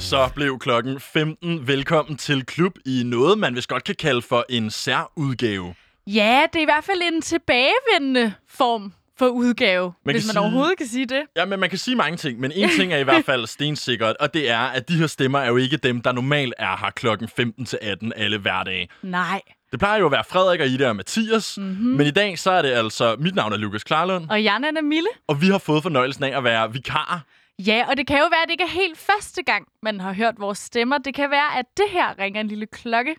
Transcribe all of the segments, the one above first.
Så blev klokken 15. Velkommen til klub i noget, man vist godt kan kalde for en særudgave. Ja, det er i hvert fald en tilbagevendende form for udgave, hvis man overhovedet kan sige det. Ja, men man kan sige mange ting, men en ting er i hvert fald stensikkert, og det er, at de her stemmer er jo ikke dem, der normalt er her klokken 15 til 18 alle hverdage. Nej. Det plejer jo at være Frederik og Ida og Mathias, men i dag så er det altså, mit navn er Lukas Klarlund. Og jeg er Mille. Og vi har fået fornøjelsen af at være vikarer. Ja, og det kan jo være, at det ikke er helt første gang, man har hørt vores stemmer. Det kan være, at det her ringer en lille klokke.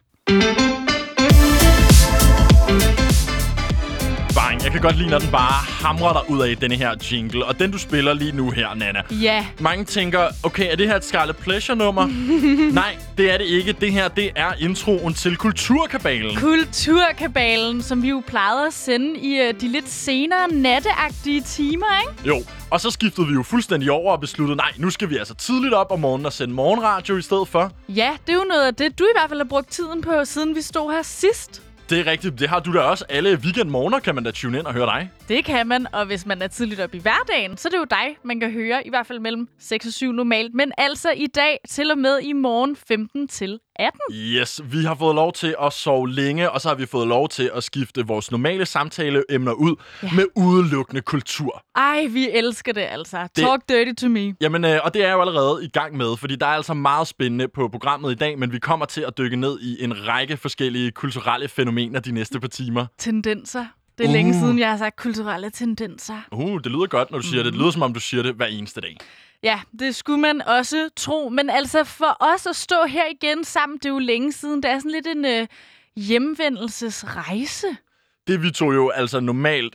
Bang, jeg kan godt lide, når den bare hamrer dig ud af denne her jingle. Og den, du spiller lige nu her, Nana. Ja. Mange tænker, okay, er det her et Scarlet Pleasure-nummer? Nej, det er det ikke. Det her, det er introen til Kulturkabalen. Kulturkabalen, som vi jo plejede at sende i de lidt senere natteagtige timer, ikke? Jo, og så skiftede vi jo fuldstændig over og besluttede, nej, nu skal vi altså tidligt op om morgenen og sende morgenradio i stedet for. Ja, det er jo noget af det, du i hvert fald har brugt tiden på, siden vi stod her sidst. Det er rigtigt. Det har du da også. Alle weekendmorgener kan man da tune ind og høre dig. Det kan man, og hvis man er tidligt op i hverdagen, så er det jo dig, man kan høre, i hvert fald mellem 6 og 7 normalt. Men altså i dag til og med i morgen 15 til 18. Yes, vi har fået lov til at sove længe, og så har vi fået lov til at skifte vores normale samtaleemner ud med udelukkende kultur. Ej, vi elsker det altså. Talk dirty to me. Jamen, og det er jo allerede i gang med, fordi der er altså meget spændende på programmet i dag, men vi kommer til at dykke ned i en række forskellige kulturelle fænomener de næste par timer. Tendenser. Det er længe siden, jeg har sagt kulturelle tendenser. Det lyder godt, når du siger det. Det lyder, som om du siger det hver eneste dag. Ja, det skulle man også tro. Men altså for os at stå her igen sammen, det er jo længe siden. Det er sådan lidt en hjemvendelsesrejse. Det vi to jo altså normalt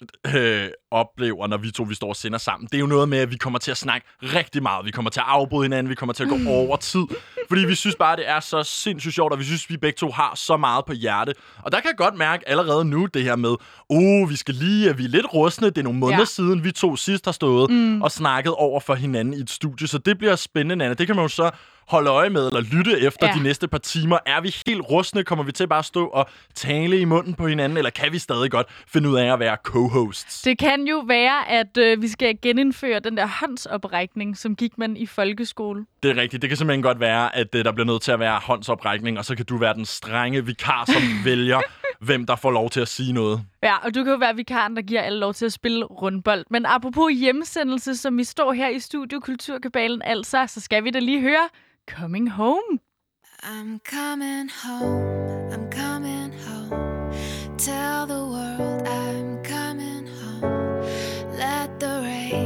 oplever, når vi står og sender sammen, det er jo noget med, at vi kommer til at snakke rigtig meget. Vi kommer til at afbryde hinanden, vi kommer til at gå over tid. Fordi vi synes bare, det er så sindssygt sjovt, og vi synes, vi begge to har så meget på hjerte. Og der kan jeg godt mærke allerede nu det her med, vi er lidt rustne. Det er nogle måneder siden, vi to sidst har stået og snakket over for hinanden i et studie. Så det bliver spændende, Anna. Det kan man jo så holde øje med, eller lytte efter de næste par timer. Er vi helt rustne? Kommer vi til bare at stå og tale i munden på hinanden, eller kan vi stadig godt finde ud af at være co-hosts? Det kan jo være, at vi skal genindføre den der håndsoprækning, som gik man i folkeskole. Det er rigtigt. Det kan simpelthen godt være, at der bliver nødt til at være håndsoprækning, og så kan du være den strenge vikar, som vælger, hvem der får lov til at sige noget. Ja, og du kan jo være vikaren, der giver alle lov til at spille rundbold. Men apropos hjemsendelse, som vi står her i Studio Kulturkabalen, altså, så skal vi da lige høre Coming Home. I'm coming home, I'm coming home. Tell the world I'm coming home. Let the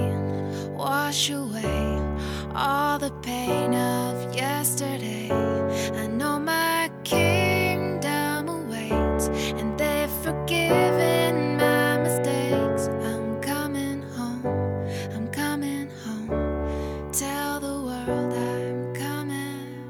rain wash away all the pain of yesterday. I know my kingdom awaits, and they've forgiven my mistakes. I'm coming home, I'm coming home. Tell the world I'm coming.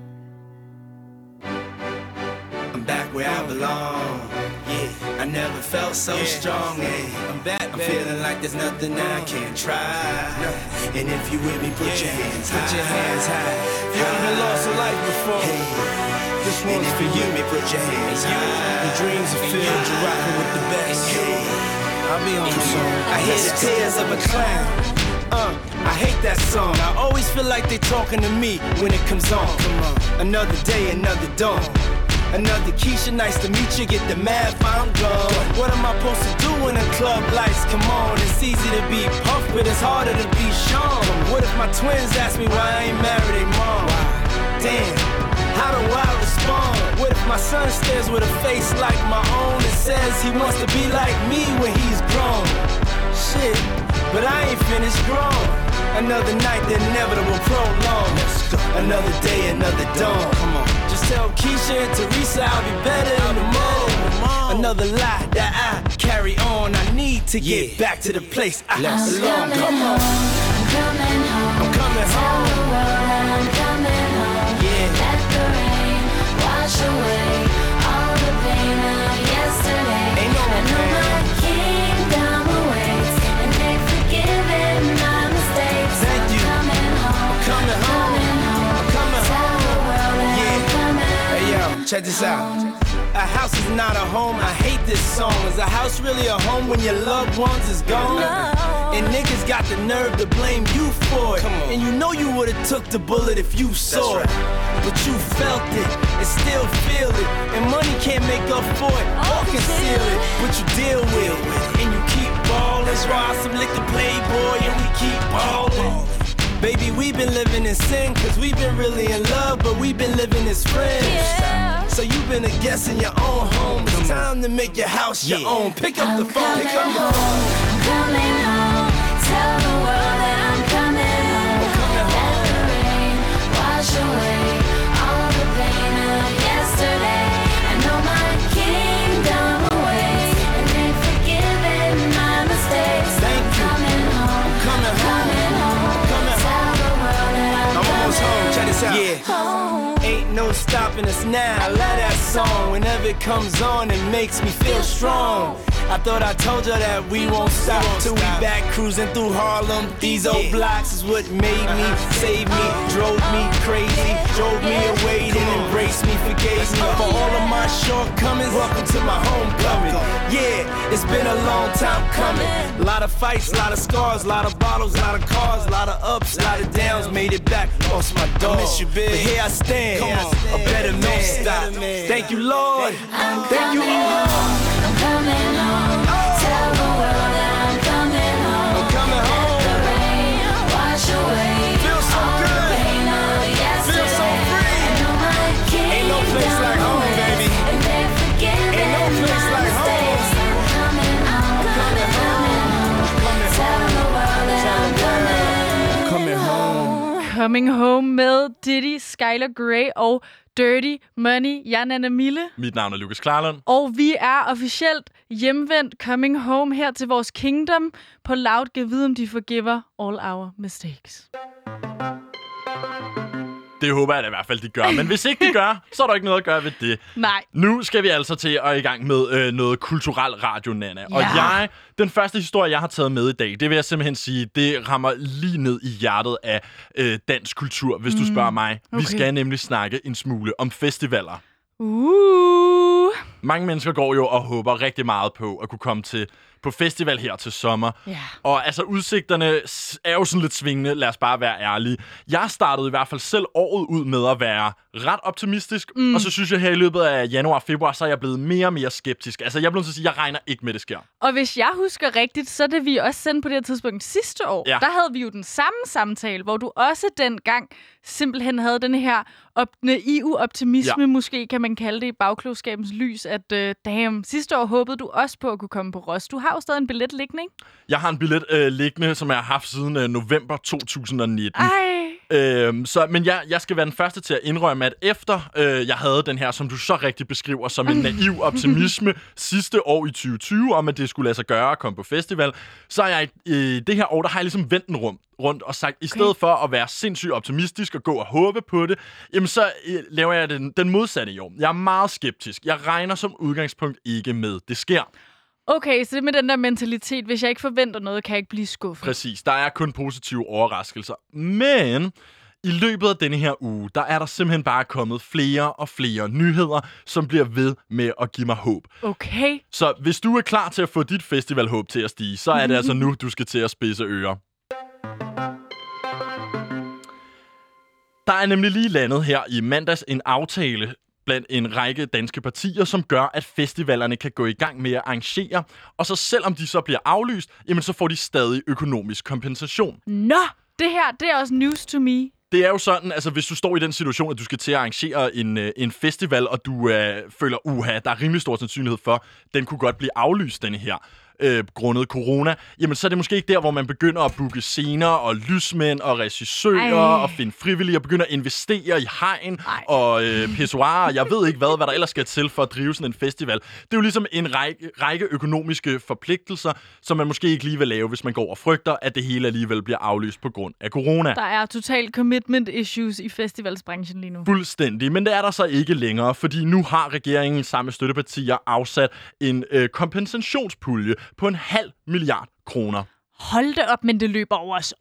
I'm back where I belong. Yeah, I never felt so strong. Yeah, I'm back, I'm feeling like there's nothing I can't try. And if you with me, put your hands high. Put your hands high. You even lost a life before. This one's for you. Me, put your hands high. The dreams are filled, you're rocking with the best. I'll be on the song. I hear the tears of a clown. I hate that song. I always feel like they talking to me when it comes on. Come on. Another day, another dawn. Another Keisha, nice to meet you. Get the math, I'm gone. What am I supposed to do when the club lights come on? It's easy to be Puff, but it's harder to be Sean. What if my twins ask me why I ain't married their mom? Damn, how do I respond? What if my son stares with a face like my own and says he wants to be like me when he's grown? Shit, but I ain't finished grown. Another night, the inevitable prolong. Another day, another dawn. Come on. Just tell Keisha and Teresa I'll be better in the morning. Another lie that I carry on. I need to get back to the place I belong. Come on. I'm coming home. I'm coming home. Tell the world I'm coming home. Yeah. Let the rain wash away all the pain of yesterday. Ain't no I know pain. my kingdom awaits, and they've forgiven my mistakes. Thank you. I'm coming home. I'm coming home. I'm coming Tell home. the world that I'm coming Hey yo, check this out. A house is not a home. I hate this song. Is a house really a home when your loved ones is gone? No. And niggas got the nerve to blame you for it. And you know you would've took the bullet if you saw it. But you felt it and still feel it. And money can't make up for it or conceal it. But you deal with it and you keep ballin'. Swallow some liquor, Playboy, and we keep ballin'. Baby, we've been living in sin, cause we've been really in love, but we've been living as friends. Yeah. So you've been a guest in your own home. It's time to make your house your own. Pick up the phone, pick up the phone. I'm coming home. Tell the world that I'm coming home. Let the rain wash away all the pain of yesterday. I know my kingdom awaits, and they've forgiven my mistakes. Thank you. Coming home. Coming home. Tell the world that I'm almost home. Check this out. Yeah. Ain't no stopping us now. I love that song. Whenever it comes on, it makes me feel strong. I thought I told you that we won't stop till we back cruising through Harlem. These old blocks is what made me, saved me, drove me crazy, drove me away, then embraced me, forgave me for all of my shortcomings. Welcome to my homecoming. Yeah, it's been a long time coming. A lot of fights, a lot of scars, a lot of bottles, a lot of cars, a lot of ups, a lot of downs. Made it back, lost my dog. I miss you, big. But here I stand, a better man. Thank you, Lord. Thank you, Lord. I'm coming home. Tell the world that I'm coming home. I'm coming home. Let the rain wash away Feel so all good. the pain of yesterday. Feel so free. I know my Ain't no place like home, baby. And they're forgiving Ain't no place my like home. mistakes. I'm coming home. coming home. Tell the world that I'm Coming home. Coming Home med Diddy, Skylar Grey og Dirty Money. Jeg er Nana Mille. Mit navn er Lukas Klarlund. Og vi er officielt hjemvendt Coming Home her til vores kingdom. På Loud giv vide, om de forgiver all our mistakes. Det håber jeg da i hvert fald, de gør. Men hvis ikke de gør, så er der ikke noget at gøre ved det. Nej. Nu skal vi altså til at i gang med noget kulturel radio, Nana. Ja. Og den første historie, jeg har taget med i dag, det vil jeg simpelthen sige, det rammer lige ned i hjertet af dansk kultur, hvis du spørger mig. Okay. Vi skal nemlig snakke en smule om festivaler. Mange mennesker går jo og håber rigtig meget på at kunne komme på festival her til sommer. Yeah. Og altså, udsigterne er jo sådan lidt svingende, lad os bare være ærlige. Jeg startede i hvert fald selv året ud med at være ret optimistisk, og så synes jeg her i løbet af januar og februar, så er jeg blevet mere og mere skeptisk. Altså, jeg bliver nødt til at sige, jeg regner ikke med, det sker. Og hvis jeg husker rigtigt, så det vi også sendte på det her tidspunkt sidste år, der havde vi jo den samme samtale, hvor du også dengang simpelthen havde den her naive optimisme, måske kan man kalde det i bagklogskabens lys, at sidste år håbede du også på at kunne komme på Ros. Du har jo stadig en billet liggende, ikke? Jeg har en billet liggende, som jeg har haft siden november 2019. Men jeg skal være den første til at indrømme, at efter jeg havde den her, som du så rigtig beskriver, som en naiv optimisme sidste år i 2020, om at det skulle lade sig gøre at komme på festival, så er jeg i det her år, der har jeg ligesom vendt den rundt og sagt, i stedet for at være sindssygt optimistisk og gå og håbe på det, jamen så laver jeg den modsatte i år. Jeg er meget skeptisk. Jeg regner som udgangspunkt ikke med, det sker. Okay, så det med den der mentalitet, hvis jeg ikke forventer noget, kan jeg ikke blive skuffet. Præcis, der er kun positive overraskelser. Men i løbet af denne her uge, der er der simpelthen bare kommet flere og flere nyheder, som bliver ved med at give mig håb. Okay. Så hvis du er klar til at få dit festivalhåb til at stige, så er det altså nu, du skal til at spidse ører. Der er nemlig lige landet her i mandags en aftale blandt en række danske partier, som gør, at festivalerne kan gå i gang med at arrangere, og så selvom de så bliver aflyst, jamen så får de stadig økonomisk kompensation. Nå, det her, det er også news to me. Det er jo sådan, altså hvis du står i den situation, at du skal til at arrangere en festival, og du føler, der er rimelig stor sandsynlighed for, den kunne godt blive aflyst, denne her. Grundet corona, jamen så er det måske ikke der, hvor man begynder at booke scener og lysmænd og regissører og finde frivillige og begynder at investere i hegn og pissoirer. Jeg ved ikke hvad der ellers skal til for at drive sådan en festival. Det er jo ligesom en række økonomiske forpligtelser, som man måske ikke lige vil lave, hvis man går og frygter, at det hele alligevel bliver aflyst på grund af corona. Der er total commitment issues i festivalsbranchen lige nu. Fuldstændig, men det er der så ikke længere, fordi nu har regeringen sammen med støttepartier afsat en kompensationspulje på 0,5 milliard kroner. Hold det op, men det løber over os op.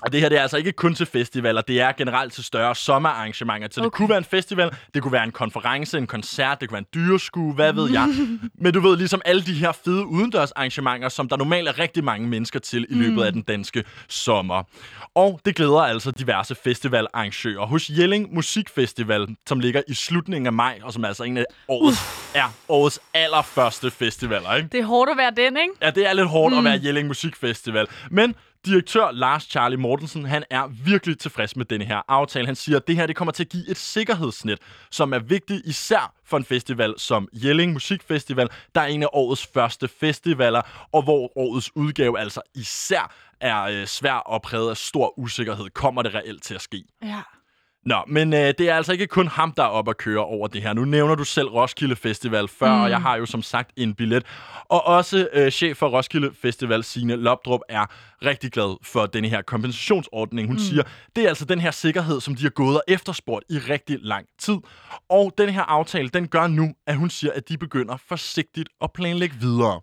Og det her det er altså ikke kun til festivaler, det er generelt til større sommerarrangementer. Så det kunne være en festival, det kunne være en konference, en koncert, det kunne være en dyreskue, hvad ved jeg. Men du ved, ligesom alle de her fede udendørsarrangementer, som der normalt er rigtig mange mennesker til i løbet af den danske sommer. Og det glæder altså diverse festivalarrangører. Hos Jelling Musikfestival, som ligger i slutningen af maj, og som altså en af årets allerførste festivaler, ikke? Det er hårdt at være den, ikke? Ja, det er lidt hårdt at være Jelling Musikfestival. Men direktør Lars Charlie Mortensen, han er virkelig tilfreds med denne her aftale. Han siger, at det her det kommer til at give et sikkerhedsnet, som er vigtigt især for en festival som Jelling Musikfestival, der er en af årets første festivaler, og hvor årets udgave altså især er svær og præget af stor usikkerhed. Kommer det reelt til at ske? Ja. Nå, men det er altså ikke kun ham, der er oppe at køre over det her. Nu nævner du selv Roskilde Festival før, og jeg har jo som sagt en billet. Og også chef for Roskilde Festival, Signe Lopdrup, er rigtig glad for denne her kompensationsordning. Hun siger, det er altså den her sikkerhed, som de har gået og efterspurgt i rigtig lang tid. Og den her aftale, den gør nu, at hun siger, at de begynder forsigtigt at planlægge videre.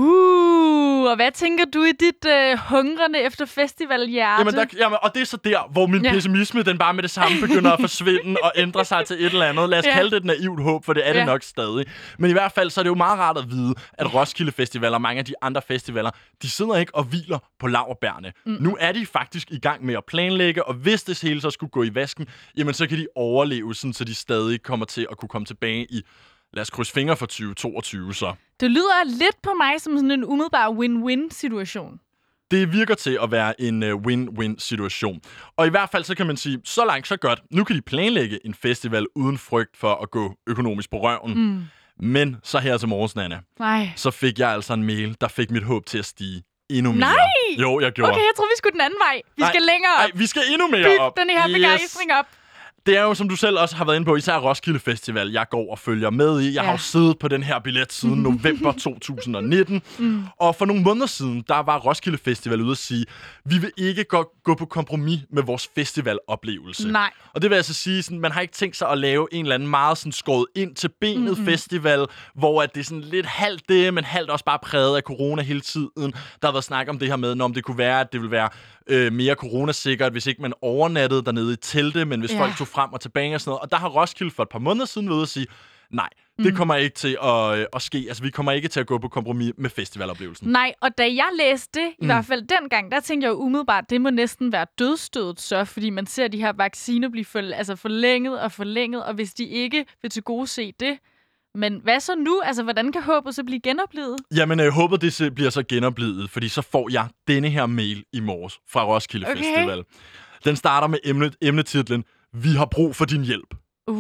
Og hvad tænker du i dit hungrende efter festivalhjerte? Jamen, og det er så der, hvor min pessimisme, den bare med det samme begynder at forsvinde og ændre sig til et eller andet. Lad os kalde det et naivt håb, for det er det nok stadig. Men i hvert fald, så er det jo meget rart at vide, at Roskilde Festival og mange af de andre festivaler, de sidder ikke og hviler på laurbærrene. Nu er de faktisk i gang med at planlægge, og hvis det hele så skulle gå i vasken, jamen så kan de overleve, sådan, så de stadig kommer til at kunne komme tilbage i, lad os krydse fingre for 2022 så. Det lyder lidt på mig som sådan en umiddelbar win-win-situation. Det virker til at være en win-win-situation. Og i hvert fald så kan man sige, så langt så godt. Nu kan de planlægge en festival uden frygt for at gå økonomisk på røven. Men så her til morges, Nanna, så fik jeg altså en mail, der fik mit håb til at stige endnu mere. Nej! Jo, jeg gjorde. Okay, jeg tror vi skulle den anden vej. Vi skal længere op. Nej, vi skal endnu mere op. Byg den her begejstring op. Det er jo, som du selv også har været inde på, især Roskilde Festival, jeg går og følger med i. Jeg har jo siddet på den her billet siden november 2019. Og for nogle måneder siden, der var Roskilde Festival ude at sige, vi vil ikke gå på kompromis med vores festivaloplevelse. Nej. Og det vil altså sige, sådan, man har ikke tænkt sig at lave en eller anden meget sådan skåret ind til benet festival, hvor at det er sådan lidt halvt det, men halvt også bare præget af corona hele tiden. Der har været snak om det her med, om det kunne være, at det ville være mere coronasikkert, hvis ikke man overnattede dernede i telte, men hvis folk tog frem og tilbage og sådan noget. Og der har Roskilde for et par måneder siden været at sige, nej, det kommer ikke til at ske. Altså, vi kommer ikke til at gå på kompromis med festivaloplevelsen. Nej, og da jeg læste det, i hvert fald dengang, der tænkte jeg jo umiddelbart, det må næsten være dødsstødet så, fordi man ser de her vacciner blive forlænget, og hvis de ikke vil tilgodese det. Men hvad så nu? Altså, hvordan kan håbet så blive genoplevet? Jamen, håbet det bliver så genoplevet, fordi så får jeg denne her mail i morges fra Roskilde Festival. Den starter med emnetitlen, vi har brug for din hjælp.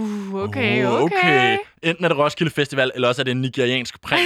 Okay. Enten er det Roskilde Festival, eller også er det en nigeriansk prins.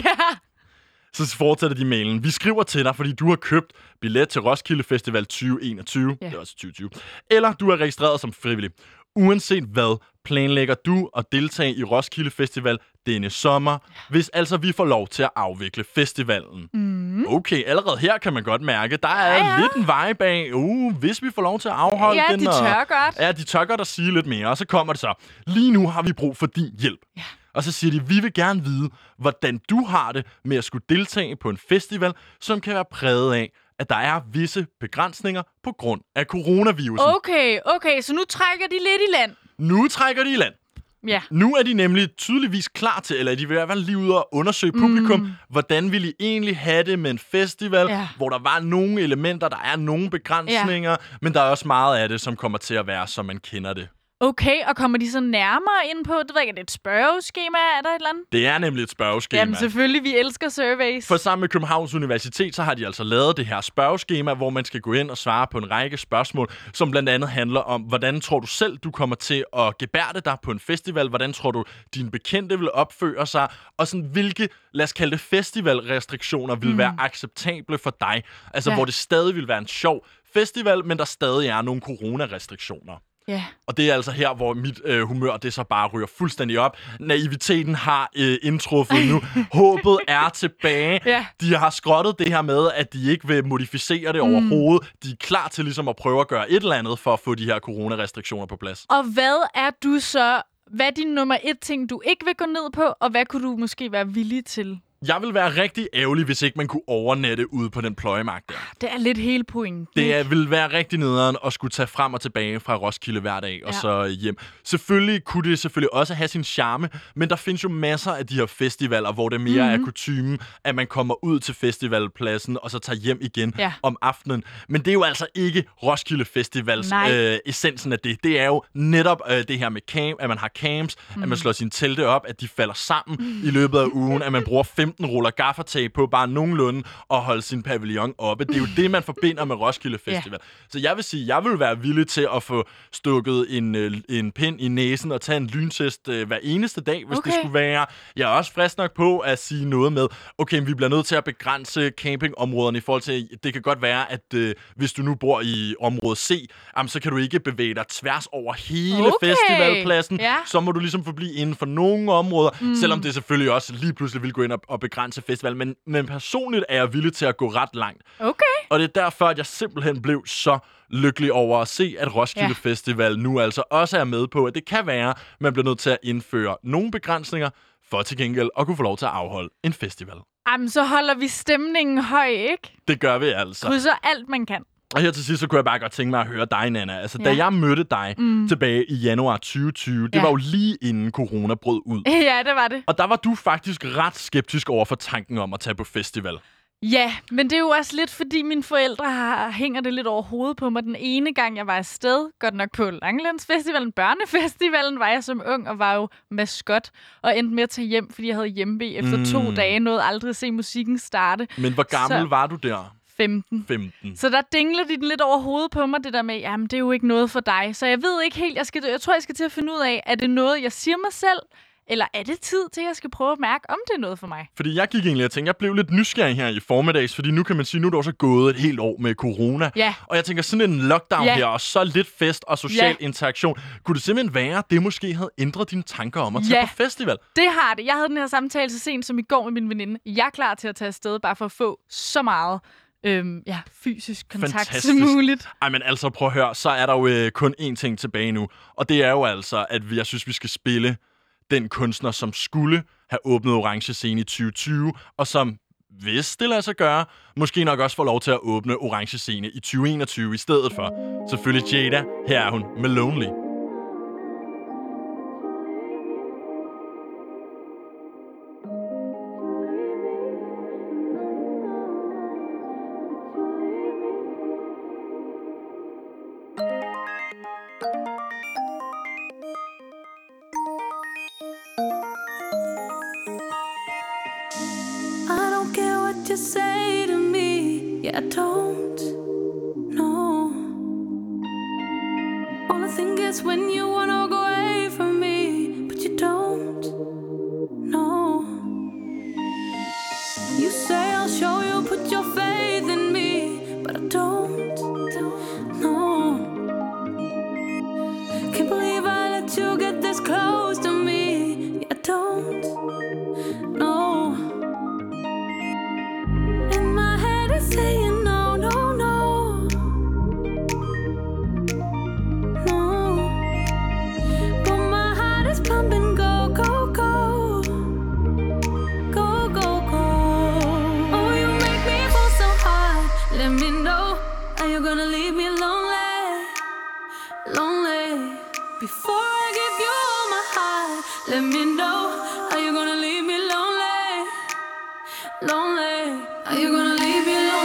Så fortsætter de mailen. Vi skriver til dig, fordi du har købt billet til Roskilde Festival 2021. Det er også 2020. Eller du er registreret som frivillig. Uanset hvad, planlægger du at deltage i Roskilde Festival denne sommer, hvis altså vi får lov til at afvikle festivalen. Okay, allerede her kan man godt mærke, der er lidt en vej bag. Hvis vi får lov til at afholde den. Ja, de tør godt. Ja, de tør godt at sige lidt mere, og så kommer det så. Lige nu har vi brug for din hjælp. Ja. Og så siger de, vi vil gerne vide, hvordan du har det med at skulle deltage på en festival, som kan være præget af, at der er visse begrænsninger på grund af coronavirusen. Okay, så nu trækker de lidt i land. Nu trækker de i land. Ja. Nu er de nemlig tydeligvis klar til, eller de vil i hvert fald lige ude og undersøge publikum, hvordan ville I egentlig have det med en festival, hvor der var nogle elementer, der er nogle begrænsninger, men der er også meget af det, som kommer til at være, som man kender det. Okay, og kommer de så nærmere ind på, det ved ikke, er det et spørgeskema, er der et eller andet? Det er nemlig et spørgeskema. Jamen selvfølgelig, vi elsker surveys. For sammen med Københavns Universitet, så har de altså lavet det her spørgeskema, hvor man skal gå ind og svare på en række spørgsmål, som blandt andet handler om, hvordan tror du selv, du kommer til at gebærde dig på en festival? Hvordan tror du, dine bekendte vil opføre sig? Og sådan, hvilke, lad os kalde det festivalrestriktioner, vil være acceptable for dig? Altså, hvor det stadig vil være en sjov festival, men der stadig er nogle coronarestriktioner. Yeah. Og det er altså her, hvor mit humør det så bare ryger fuldstændig op. Naiviteten har indtruffet nu. Håbet er tilbage. Yeah. De har skrottet det her med, at de ikke vil modificere det overhovedet. De er klar til ligesom at prøve at gøre et eller andet for at få de her coronarestriktioner på plads. Og hvad er du så? Hvad er din nummer 1 ting, du ikke vil gå ned på? Og hvad kunne du måske være villig til? Jeg vil være rigtig ærgerlig, hvis ikke man kunne overnatte ude på den pløjemark der. Det er lidt hele pointen. Vil være rigtig nederen at skulle tage frem og tilbage fra Roskilde hver dag og så hjem. Selvfølgelig kunne det selvfølgelig også have sin charme, men der findes jo masser af de her festivaler, hvor det mere er kutymen, at man kommer ud til festivalpladsen og så tager hjem igen om aftenen. Men det er jo altså ikke Roskilde Festivals essensen af det. Det er jo netop det her med at man har camps, at man slår sine telte op, at de falder sammen i løbet af ugen, at man bruger 15 ruller gaffertape på bare nogenlunde og holde sin pavillon oppe. Det er jo det, man forbinder med Roskilde Festival. Så jeg vil sige, jeg vil være villig til at få stukket en pind i næsen og tage en lyntest hver eneste dag, hvis det skulle være. Jeg er også frisk nok på at sige noget med, okay, vi bliver nødt til at begrænse campingområderne i forhold til, det kan godt være, at hvis du nu bor i område C, så kan du ikke bevæge dig tværs over hele festivalpladsen. Så må du ligesom forblive inden for nogle områder, selvom det selvfølgelig også lige pludselig vil gå ind og begrænse festivalen. Men personligt er jeg villig til at gå ret langt. Okay. Og det er derfor, at jeg simpelthen blev så lykkelig over at se, at Roskilde Festival nu altså også er med på, at det kan være, at man bliver nødt til at indføre nogle begrænsninger, for til gengæld at kunne få lov til at afholde en festival. Jamen, så holder vi stemningen høj, ikke? Det gør vi altså. Krydser alt, man kan. Og her til sidst, så kunne jeg bare godt tænke mig at høre dig, Nanna. Altså, da jeg mødte dig tilbage i januar 2020, det var jo lige inden corona brød ud. Ja, det var det. Og der var du faktisk ret skeptisk over for tanken om at tage på festival. Ja, men det er jo også lidt, fordi mine forældre hænger det lidt over hovedet på mig. Den ene gang, jeg var afsted, godt nok på Langelandsfestivalen, børnefestivalen, var jeg som ung og var jo maskot og endte med at tage hjem, fordi jeg havde hjemme efter 2 dage. Nåede aldrig at se musikken starte. Men hvor gammel var du der? 15. Så der dingler de den lidt over hovedet på mig, det der med, jamen det er jo ikke noget for dig. Så jeg ved ikke helt, jeg tror, jeg skal til at finde ud af, er det noget, jeg siger mig selv, eller er det tid til, at jeg skal prøve at mærke, om det er noget for mig? Fordi jeg gik egentlig og tænkte, jeg blev lidt nysgerrig her i formiddags, fordi nu kan man sige, nu er det også gået et helt år med corona. Ja. Og jeg tænker, sådan en lockdown her, og så lidt fest og social interaktion, kunne det simpelthen være, det måske havde ændret dine tanker om at tage på festival? Det har det. Jeg havde den her samtale så sent som i går med min veninde. Jeg er klar til at tage afsted, bare for at få så meget fysisk kontakt som muligt. Ej, men altså prøv at høre, så er der jo kun én ting tilbage nu, og det er jo altså, at jeg synes, vi skal spille den kunstner, som skulle have åbnet Orange Scene i 2020, og som, hvis det lader sig gøre, måske nok også får lov til at åbne Orange Scene i 2021 i stedet for. Selvfølgelig Jada, her er hun med Lonely. You say to me, yeah, I don't know. All I think is when you wanna go away from me, but you don't know. You say I'll show you, put your faith in me, but I don't know. Can't believe I let you get this close to me, yeah, I don't know. Saying no, no, no, no. But my heart is pumping, go, go, go, go, go, go. Oh, you make me fall so hard. Let me know, are you gonna leave me lonely, lonely? Before I give you all my heart, let me know, are you gonna leave me lonely, lonely? Are you gonna leave me lonely?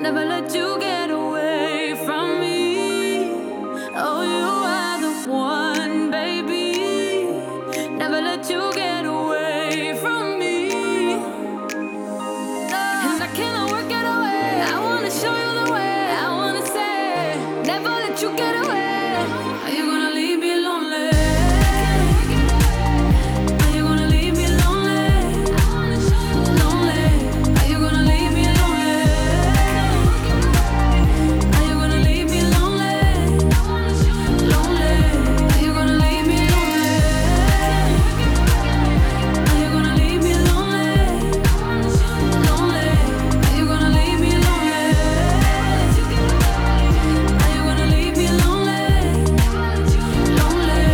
Never let you get away from me. Oh, you are the one, baby. Never let you get away from me. And I cannot work it away. I wanna show you the way. I wanna say, never let you get away. Are you gonna leave me lonely? Are you gonna leave me lonely? Lonely. Are you gonna leave me lonely? Are you gonna leave me lonely? Lonely. Are you gonna leave me lonely? Are you gonna leave me lonely? Lonely. Are you gonna leave me lonely? Are you gonna leave me lonely? Lonely.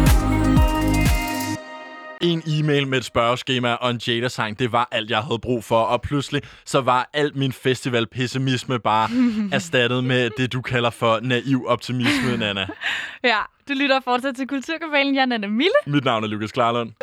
En e-mail med et spørgeskema og en Jada-sang, det var alt, jeg havde brug for. Og pludselig så var alt min festivalpessimisme bare erstattet med det, du kalder for naiv optimisme, Nana. Ja, du lytter fortsat til Kulturkabalen. Jeg er Nana Mille. Mit navn er Lukas Klarlund.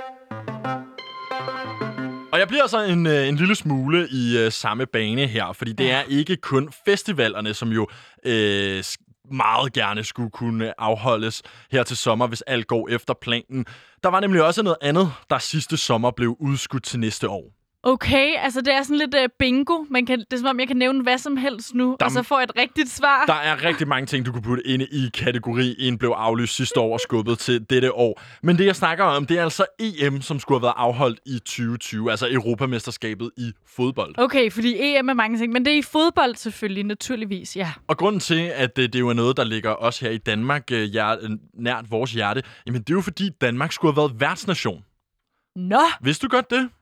Og jeg bliver så en lille smule i samme bane her, fordi det er ikke kun festivalerne, som jo meget gerne skulle kunne afholdes her til sommer, hvis alt går efter planen. Der var nemlig også noget andet, der sidste sommer blev udskudt til næste år. Okay, altså det er sådan lidt bingo. Det er som om, jeg kan nævne hvad som helst nu, og så får jeg et rigtigt svar. Der er rigtig mange ting, du kan putte ind i kategori 1 blev aflyst sidste år og skubbet til dette år. Men det, jeg snakker om, det er altså EM, som skulle have været afholdt i 2020, altså Europamesterskabet i fodbold. Okay, fordi EM er mange ting, men det er i fodbold selvfølgelig, naturligvis, ja. Og grunden til, at det jo er noget, der ligger os her i Danmark nært vores hjerte, jamen det er jo fordi, Danmark skulle have været værtsnation. Nå! Vidste du godt det?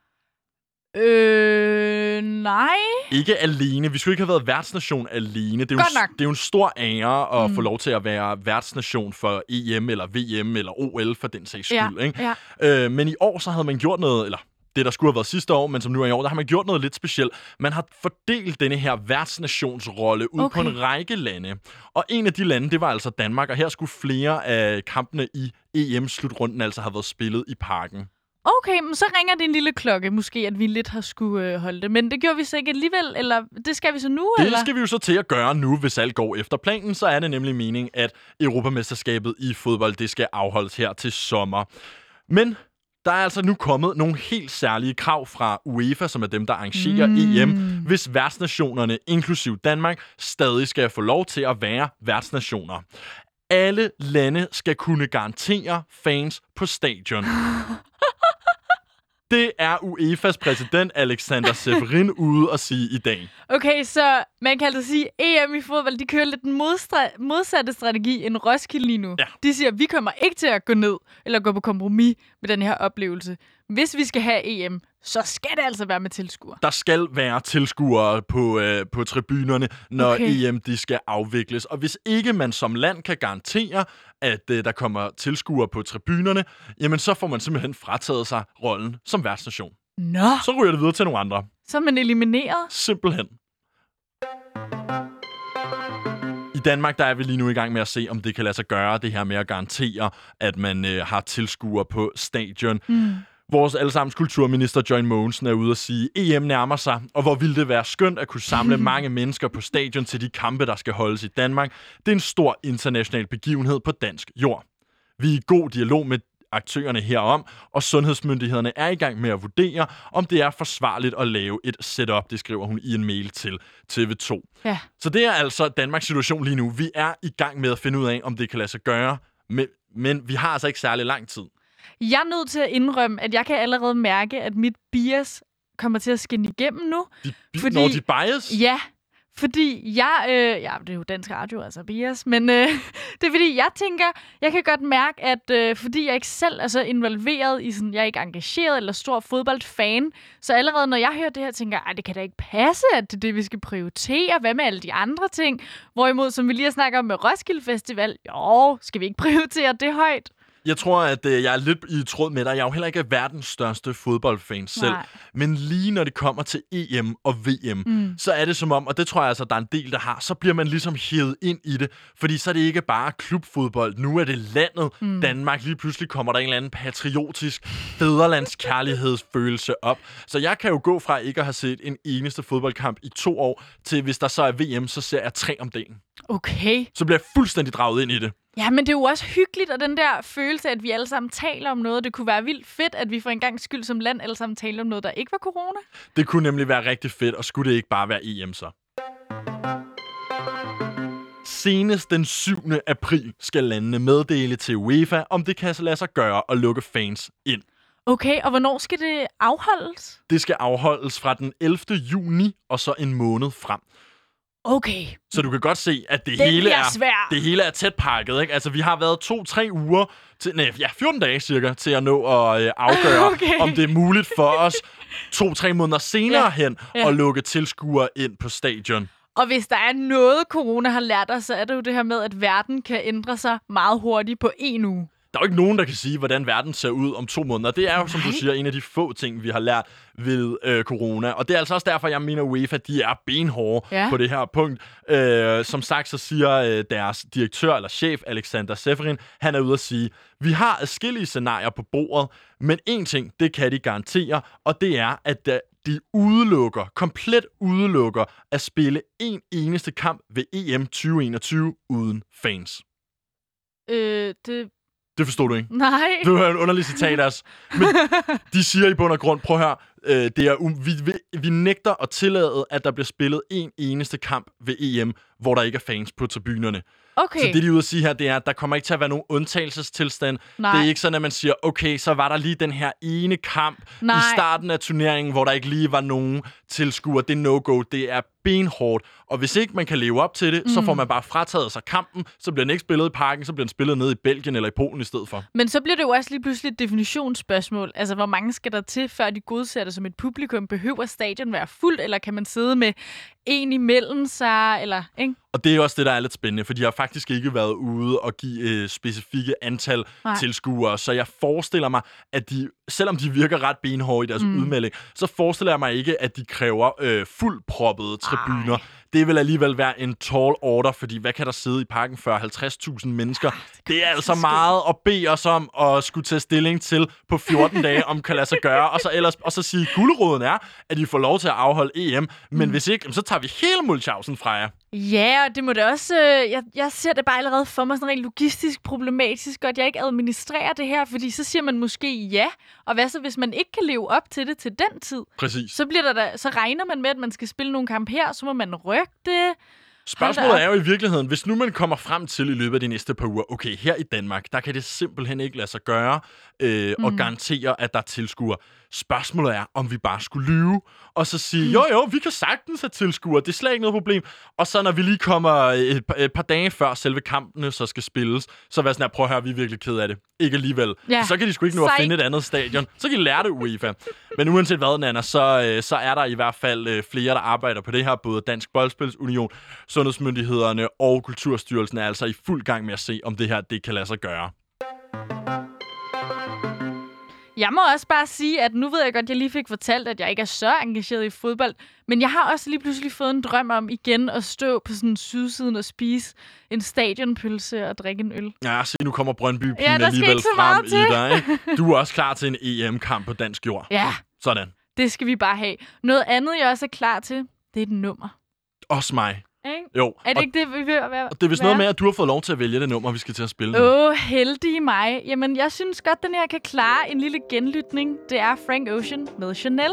Nej. Ikke alene. Vi skulle ikke have været værtsnation alene. Det er jo en stor ære at få lov til at være værtsnation for EM eller VM eller OL for den sags skyld. Ikke? Ja. Men i år så havde man gjort noget, eller det der skulle have været sidste år, men som nu er i år, der har man gjort noget lidt specielt. Man har fordelt denne her værtsnationsrolle ud på en række lande. Og en af de lande, det var altså Danmark, og her skulle flere af kampene i EM-slutrunden altså have været spillet i Parken. Okay, men så ringer det en lille klokke, måske, at vi lidt har skulle holde det. Men det gjorde vi så ikke alligevel, eller det skal vi så nu, eller? Det skal vi jo så til at gøre nu, hvis alt går efter planen. Så er det nemlig meningen, at Europamesterskabet i fodbold, det skal afholdes her til sommer. Men der er altså nu kommet nogle helt særlige krav fra UEFA, som er dem, der arrangerer EM, hvis værtsnationerne, inklusiv Danmark, stadig skal få lov til at være værtsnationer. Alle lande skal kunne garantere fans på stadion. Det er UEFA's præsident Alexander Seferin ude at sige i dag. Okay, så man kan altså sige, at EM i fodbold, de kører lidt den modsatte strategi end Roskilde lige nu. Ja. De siger, at vi kommer ikke til at gå ned eller gå på kompromis med den her oplevelse. Hvis vi skal have EM, så skal det altså være med tilskuere. Der skal være tilskuere på tribunerne, når EM de skal afvikles. Og hvis ikke man som land kan garantere, at der kommer tilskuere på tribunerne, jamen så får man simpelthen frataget sig rollen som værtsnation. Nå. Så ryger det videre til nogle andre. Så er man elimineret? Simpelthen. I Danmark der er vi lige nu i gang med at se, om det kan lade sig gøre, det her med at garantere, at man har tilskuere på stadion. Vores allesammens kulturminister Joy Mogensen er ude at sige, EM nærmer sig, og hvor ville det være skønt at kunne samle mange mennesker på stadion til de kampe, der skal holdes i Danmark. Det er en stor international begivenhed på dansk jord. Vi er i god dialog med aktørerne herom, og sundhedsmyndighederne er i gang med at vurdere, om det er forsvarligt at lave et setup, det skriver hun i en mail til TV2. Ja. Så det er altså Danmarks situation lige nu. Vi er i gang med at finde ud af, om det kan lade sig gøre, men vi har altså ikke særlig lang tid. Jeg er nødt til at indrømme, at jeg kan allerede mærke, at mit bias kommer til at skinne igennem nu. Dit bias? Ja, fordi jeg... det er jo dansk radio, altså bias. Men det er fordi, jeg tænker... Jeg kan godt mærke, at fordi jeg ikke selv er så involveret i sådan... Jeg er ikke engageret eller stor fodboldfan. Så allerede når jeg hører det her, tænker jeg, det kan da ikke passe, at det er det, vi skal prioritere. Hvad med alle de andre ting? Hvorimod, som vi lige har snakket om med Roskilde Festival, jo, skal vi ikke prioritere det højt? Jeg tror, at jeg er lidt i tråd med dig. Jeg er jo heller ikke verdens største fodboldfan selv. Nej. Men lige når det kommer til EM og VM, så er det som om, og det tror jeg altså, der er en del, der har, så bliver man ligesom hævet ind i det. Fordi så er det ikke bare klubfodbold. Nu er det landet Danmark. Lige pludselig kommer der en eller anden patriotisk fædrelandskærlighedsfølelse op. Så jeg kan jo gå fra ikke at have set en eneste fodboldkamp i 2 år, til hvis der så er VM, så ser jeg 3 om dagen. Okay. Så bliver jeg fuldstændig draget ind i det. Ja, men det er jo også hyggeligt, og den der følelse, at vi alle sammen taler om noget. Det kunne være vildt fedt, at vi for en gang skyld som land alle sammen taler om noget, der ikke var corona. Det kunne nemlig være rigtig fedt, og skulle det ikke bare være EM så? Senest den 7. april skal landene meddele til UEFA, om det kan lade sig gøre at lukke fans ind. Okay, og hvornår skal det afholdes? Det skal afholdes fra den 11. juni og så en måned frem. Okay. Så du kan godt se, at det hele er tæt pakket, ikke? Altså, vi har været 2-3 uger, 14 dage cirka, til at nå at afgøre, om det er muligt for os 2-3 måneder senere hen at lukke tilskuere ind på stadion. Og hvis der er noget, corona har lært os, så er det jo det her med, at verden kan ændre sig meget hurtigt på 1 uge. Der er jo ikke nogen, der kan sige, hvordan verden ser ud om 2 måneder. Det er jo, som du siger, en af de få ting, vi har lært ved corona. Og det er altså også derfor, jeg mener, UEFA, de er benhårde på det her punkt. Som sagt, så siger deres direktør eller chef, Alexander Seferin, han er ude at sige, vi har adskillige scenarier på bordet, men én ting, det kan de garantere, og det er, at de komplet udelukker at spille en eneste kamp ved EM 2021 uden fans. Det forstod du ikke? Nej. Det var en underlig citat, altså. Men de siger i bund og grund, prøv at høre, vi nægter at tillade, at der bliver spillet en eneste kamp ved EM, hvor der ikke er fans på tribunerne. Okay. Så det, de er ude at sige her, det er, at der kommer ikke til at være nogen undtagelsestilstand. Nej. Det er ikke sådan, at man siger, okay, så var der lige den her ene kamp i starten af turneringen, hvor der ikke lige var nogen tilskuere. Det er no-go. Det er benhårdt. Og hvis ikke man kan leve op til det, så får man bare frataget sig kampen. Så bliver den ikke spillet i parken, så bliver den spillet nede i Belgien eller i Polen i stedet for. Men så bliver det jo også lige pludselig et definitionsspørgsmål. Altså, hvor mange skal der til, før de godser det som et publikum? Behøver stadion være fuldt, eller kan man sidde med en imellem sig, eller ikke? Og det er også det, der er lidt spændende, for de har faktisk ikke været ude og give specifikke antal tilskuere. Så jeg forestiller mig, at de, selvom de virker ret benhårde i deres udmelding, så forestiller jeg mig ikke, at de kræver fuldproppede tribuner. Det vil alligevel være en tall order, fordi hvad kan der sidde i parken for 50.000 mennesker? Det er altså meget at bede os om at skulle tage stilling til på 14 dage, om kan lade sig gøre. Og så sige, guleroden er, at I får lov til at afholde EM, men hvis ikke, så tager vi hele Mulchausen fra jer. Ja, og det må da også... Jeg ser det bare allerede for mig sådan rent logistisk problematisk, og at jeg ikke administrerer det her, fordi så siger man måske ja, og hvad så, hvis man ikke kan leve op til det til den tid? Præcis. Så regner man med, at man skal spille nogle kampe her, så må man rykke det. Spørgsmålet er jo i virkeligheden, hvis nu man kommer frem til i løbet af de næste par uger, okay, her i Danmark, der kan det simpelthen ikke lade sig gøre og garantere, at der er tilskuere. Spørgsmålet er, om vi bare skulle lyve, og så sige, jo, vi kan sagtens have tilskuere, det er slet ikke noget problem. Og så når vi lige kommer et par dage før selve kampene så skal spilles, så være sådan her, prøv at høre, vi er virkelig ked af det. Ikke alligevel. Ja. Så kan de sgu ikke nå at finde et andet stadion. Så kan de lære det, UEFA. Men uanset hvad, Nana, så er der i hvert fald flere, der arbejder på det her. Både Dansk Boldspilsunion, Sundhedsmyndighederne og Kulturstyrelsen er altså i fuld gang med at se, om det her det kan lade sig gøre. Jeg må også bare sige, at nu ved jeg godt, at jeg lige fik fortalt, at jeg ikke er så engageret i fodbold. Men jeg har også lige pludselig fået en drøm om igen at stå på sådan sydsiden og spise en stadionpølse og drikke en øl. Ja, se, nu kommer Brøndby-pigen alligevel frem i dig. Ikke? Du er også klar til en EM-kamp på dansk jord. Ja. Sådan. Det skal vi bare have. Noget andet, jeg også er klar til, det er et nummer. Også mig. Ikke? Jo. Er det ikke det, vi vil være? Det er vist noget med, at du har fået lov til at vælge det nummer, vi skal til at spille nu. Heldig mig. Jamen, jeg synes godt, den her kan klare en lille genlytning. Det er Frank Ocean med Chanel.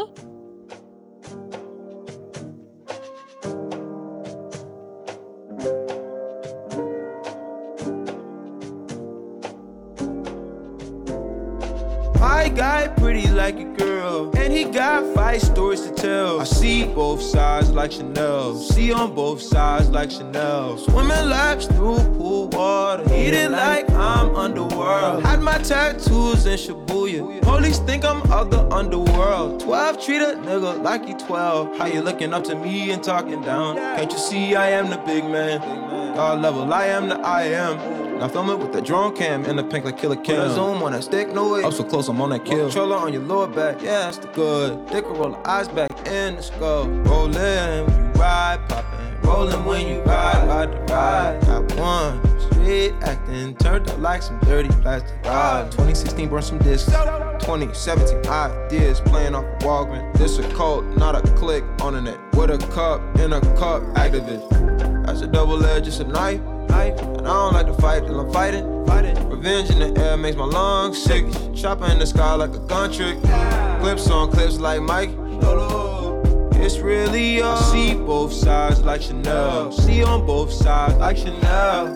My guy pretty like a girl, and he got 5 stories to tell. I see both sides like Chanel, see on both sides like Chanel. Swimming laps through pool water, eating like I'm underworld. Had my tattoos in Shibuya, police think I'm of the underworld. 12 treat a nigga like he 12. How you looking up to me and talking down? Can't you see I am the big man? God level, I am the I am. Now film it with the drone cam in the pink like Killer Cam. Zoom on that stick, no way. Up so close, I'm on that kill. Controller on your lower back, yeah, that's the good. Dick roll the eyes back in the skull. Rollin' when you ride, poppin'. Rollin' when you ride the ride. Got one. Street acting, turned up like some dirty plastic. 2016 burned some discs. 2017 ideas playing off a Walgreens. This a cult, not a click on the net. With a cup in a cup, activist. That's a double edge, just a knife. And I don't like to fight till I'm fighting. Revenge in the air makes my lungs sick. Chopper in the sky like a gun trick. Clips on clips like Mike. It's really all. I see both sides like Chanel. See on both sides like Chanel.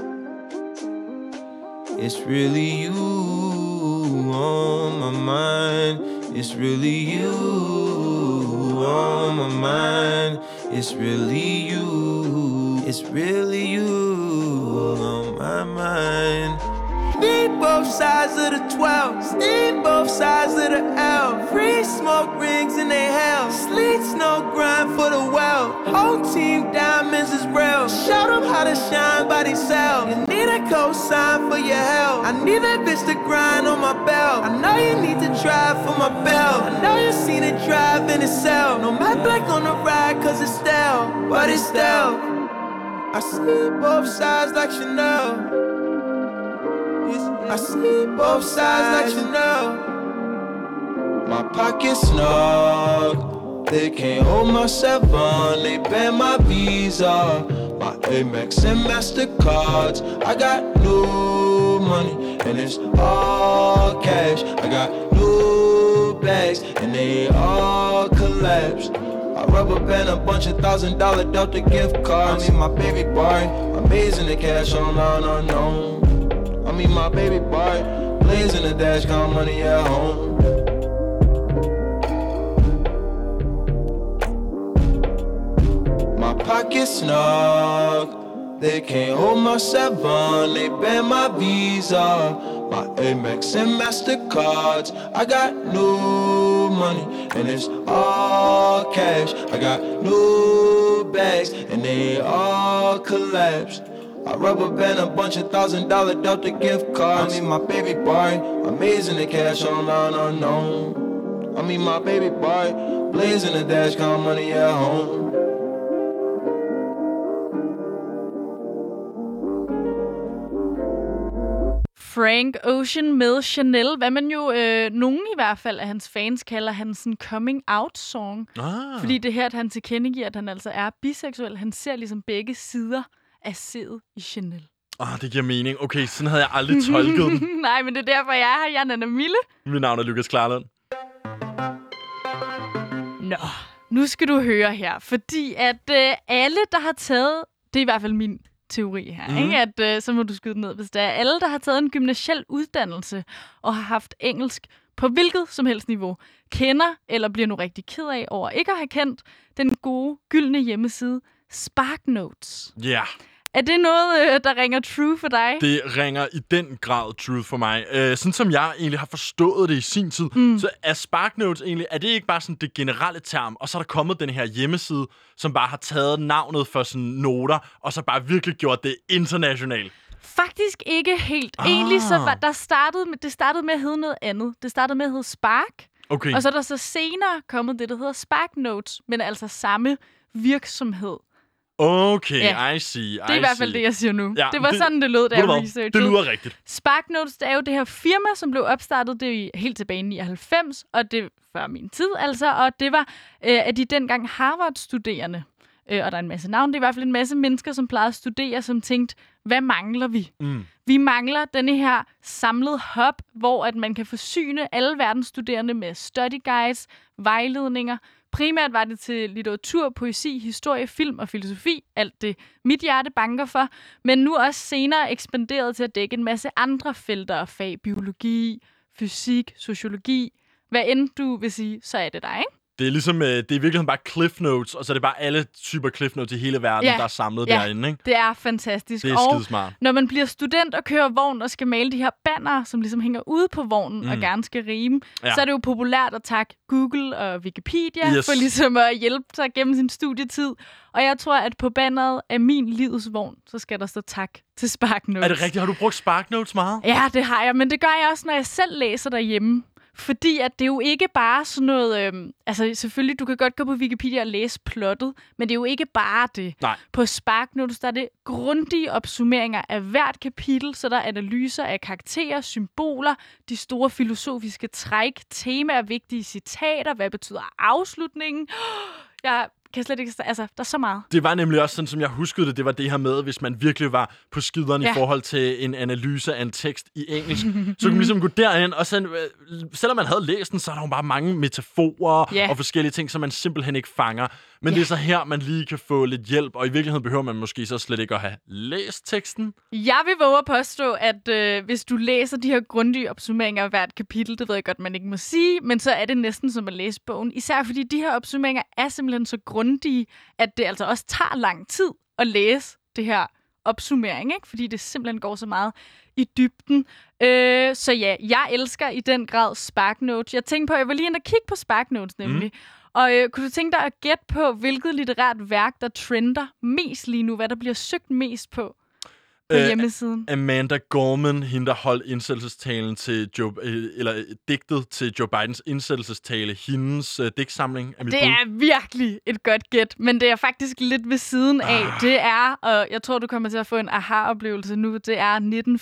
It's really you on my mind. It's really you on my mind. It's really you. It's really you on my mind. Steam both sides of the 12. Steam both sides of the L. Free smoke rings in they hell. Sleet snow grind for the well. Whole team diamonds is real. Show them how to shine by themselves. You need a cosign for your help. I need that bitch to grind on my belt. I know you need to drive for my belt. I know you seen it drive in itself. No matte black on the ride cause it's stale. But it's stale. I see both sides like Chanel. I see both sides like Chanel. My pocket's snug. They can't hold my 7. They ban my Visa. My Amex and MasterCards. I got new money and it's all cash. I got new bags and they all collapse. I rubber band a bunch of $1,000 Delta gift cards. I mean my baby boy, amazing the cash online unknown. I mean my baby boy, blazing the dash, count money at home. My pocket's snug, they can't hold my 7. They ban my Visa, my Amex and MasterCards. I got new money and it's all cash. I got new bags and they all collapse. I rubber band a bunch of $1,000 Delta gift cards. I mean my baby boy, amazing the cash online unknown. I mean my baby boy, blazing the dash, count money at home. Frank Ocean med Chanel, hvad man jo nogen i hvert fald af hans fans kalder hans sådan coming out song. Fordi det her, at han tilkendegiver, at han altså er biseksuel, han ser ligesom begge sider af sædet i Chanel. Det giver mening. Okay, sådan havde jeg aldrig tolket den. Nej, men det er derfor, jeg er her. Jeg er Nana Mille. Mit navn er Lukas Klarlund. Nå, nu skal du høre her. Fordi at alle, der har taget... Det er i hvert fald min teori her, ikke? At så må du skyde ned, hvis det er alle, der har taget en gymnasiel uddannelse og har haft engelsk på hvilket som helst niveau, kender eller bliver nu rigtig ked af over ikke at have kendt den gode, gyldne hjemmeside SparkNotes. Ja. Yeah. Er det noget, der ringer true for dig? Det ringer i den grad true for mig. Sådan som jeg egentlig har forstået det i sin tid, så er SparkNotes egentlig, er det ikke bare sådan det generelle term, og så er der kommet den her hjemmeside, som bare har taget navnet for sådan noter, og så bare virkelig gjort det internationalt? Faktisk ikke helt. Egentlig så var det startede med at hedde noget andet. Det startede med at hedde Spark. Okay. Og så er der så senere kommet det, der hedder SparkNotes, men altså samme virksomhed. Okay, ja. I see. Det er i hvert fald det, jeg siger nu. Ja, det var sådan, det lød, da jeg researchede. Det lyder rigtigt. SparkNotes, det er jo det her firma, som blev opstartet det er helt tilbage i 99, og det før min tid altså, og det var at de dengang Harvard-studerende, og der er en masse navn, det er i hvert fald en masse mennesker, som plejede at studere, som tænkte, hvad mangler vi? Vi mangler denne her samlede hub, hvor at man kan forsyne alle verdens studerende med study guides, vejledninger. Primært var det til litteratur, poesi, historie, film og filosofi. Alt det mit hjerte banker for. Men nu også senere ekspanderet til at dække en masse andre felter og fag. Biologi, fysik, sociologi. Hvad end du vil sige, så er det dig, ikke? Det er ligesom, det er i virkeligheden bare Cliff Notes, og så er det bare alle typer Cliff Notes i hele verden, der er samlet derinde, ikke? Det er fantastisk. Det er skidesmart. Når man bliver student og kører vogn og skal male de her banner, som ligesom hænger ude på vognen og gerne skal rime, så er det jo populært at takke Google og Wikipedia for ligesom at hjælpe sig gennem sin studietid. Og jeg tror, at på banneret af min livs vogn, så skal der stå tak til SparkNotes. Er det rigtigt? Har du brugt SparkNotes meget? Ja, det har jeg, men det gør jeg også, når jeg selv læser derhjemme. Fordi at det er jo ikke bare sådan noget... altså selvfølgelig, du kan godt gå på Wikipedia og læse plottet, men det er jo ikke bare det. Nej. På SparkNotes, der er det grundige opsummeringer af hvert kapitel, så der er analyser af karakterer, symboler, de store filosofiske træk, temaer, vigtige citater, hvad betyder afslutningen. Jeg kan slet ikke... Altså, der er så meget. Det var nemlig også sådan, som jeg huskede det. Det var det her med, hvis man virkelig var på skideren i forhold til en analyse af en tekst i engelsk. Så kunne man ligesom gå derind, og så, selvom man havde læst den, så er der jo bare mange metaforer og forskellige ting, som man simpelthen ikke fanger. Men det er så her, man lige kan få lidt hjælp, og i virkeligheden behøver man måske så slet ikke at have læst teksten. Jeg vil våge at påstå, at hvis du læser de her grundige opsummeringer af hvert kapitel, det ved jeg godt, man ikke må sige, men så er det næsten som at læse bogen. Især fordi de her opsummeringer er simpelthen så grundige, at det altså også tager lang tid at læse det her opsummering, ikke? Fordi det simpelthen går så meget i dybden. Så ja, jeg elsker i den grad SparkNotes. Jeg tænkte på, at jeg var lige inde og kigge på SparkNotes nemlig. Og kunne du tænke dig at gætte på, hvilket litterært værk, der trender mest lige nu? Hvad der bliver søgt mest på hjemmesiden? Amanda Gorman, hende der holdt indsættelsestalen til digtet til Joe Bidens indsættelsestale, hendes digtsamling er mit bud. Det er virkelig et godt gæt, men det er faktisk lidt ved siden af. Det er, og jeg tror, du kommer til at få en aha-oplevelse nu, det er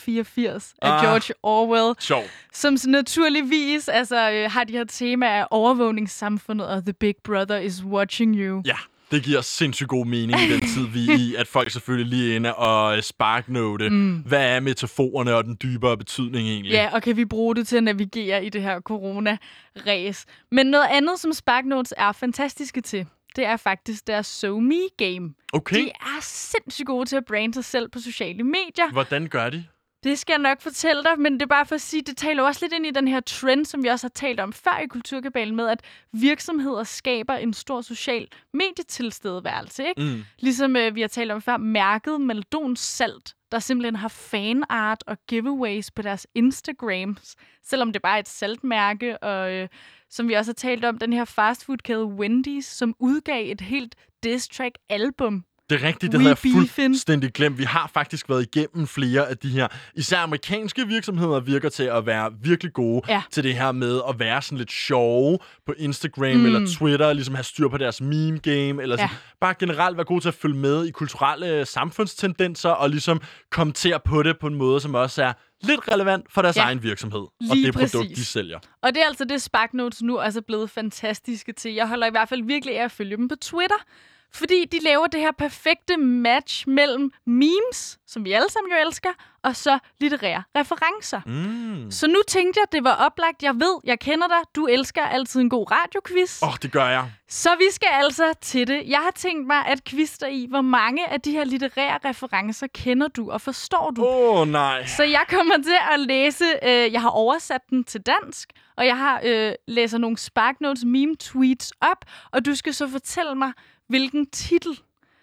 1984 af George Orwell. Sjov. Som naturligvis har de her tema af overvågningssamfundet og The Big Brother is watching you. Ja. Det giver sindssygt god mening i den tid, vi er i, at folk selvfølgelig lige er inde og sparknote. Hvad er metaforerne og den dybere betydning egentlig? Ja, og kan vi bruge det til at navigere i det her corona-ræs? Men noget andet, som SparkNotes er fantastiske til, det er faktisk deres SoMe-game. Okay. De er sindssygt gode til at brande sig selv på sociale medier. Hvordan gør de? Det skal jeg nok fortælle dig, men det er bare for at sige, det taler også lidt ind i den her trend, som vi også har talt om før i Kulturkabalen, med at virksomheder skaber en stor social medietilstedeværelse, ikke? Ligesom vi har talt om før, mærket Maldons Salt, der simpelthen har fanart og giveaways på deres Instagrams, selvom det bare er et saltmærke, og som vi også har talt om, den her fastfoodkæde Wendy's, som udgav et helt diss track album. Det er rigtigt, det havde jeg fuldstændig glemt. Vi har faktisk været igennem flere af de her. Især amerikanske virksomheder virker til at være virkelig gode til det her med at være sådan lidt sjove på Instagram eller Twitter, ligesom have styr på deres meme-game, eller sådan. Bare generelt være gode til at følge med i kulturelle samfundstendenser og ligesom kommentere på det på en måde, som også er lidt relevant for deres egen virksomhed og det produkt, de sælger. Og det er altså det, SparkNotes nu er blevet fantastiske til. Jeg holder i hvert fald virkelig af at følge dem på Twitter. Fordi de laver det her perfekte match mellem memes, som vi alle sammen jo elsker, og så litterære referencer. Så nu tænkte jeg, det var oplagt. Jeg kender dig. Du elsker altid en god radioquiz. Det gør jeg. Så vi skal altså til det. Jeg har tænkt mig at quiz dig i, hvor mange af de her litterære referencer kender du og forstår du. Nej. Så jeg kommer til at læse, jeg har oversat den til dansk, og jeg har læser nogle SparkNotes meme-tweets op, og du skal så fortælle mig, hvilken titel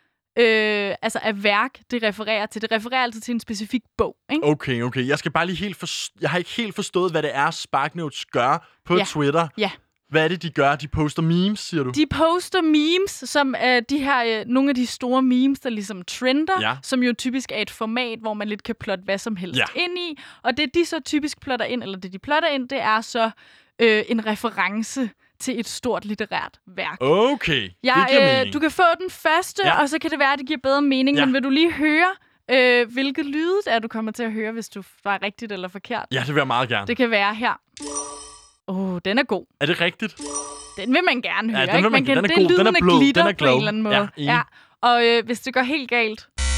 af værk det refererer til. Det refererer altså til en specifik bog, ikke? Okay. Jeg skal bare lige jeg har ikke helt forstået, hvad det er, SparkNotes gør på Twitter. Ja. Hvad er det, de gør? De poster memes, siger du? De poster memes, som de her nogle af de store memes, der ligesom trender, som jo typisk er et format, hvor man lidt kan plotte hvad som helst ind i. Og det, de så typisk plotter ind, eller det, de plotter ind, det er så en reference til et stort litterært værk. Okay, det giver mening. Du kan få den første, og så kan det være, at det giver bedre mening. Men vil du lige høre, hvilke lyde det er, du kommer til at høre, hvis du var rigtigt eller forkert? Ja, det vil jeg meget gerne. Det kan være her. Den er god. Er det rigtigt? Den vil man gerne høre, ikke? Den er god. Den er blød. Glitter Den er glad. på en eller anden måde. Og hvis det går helt galt...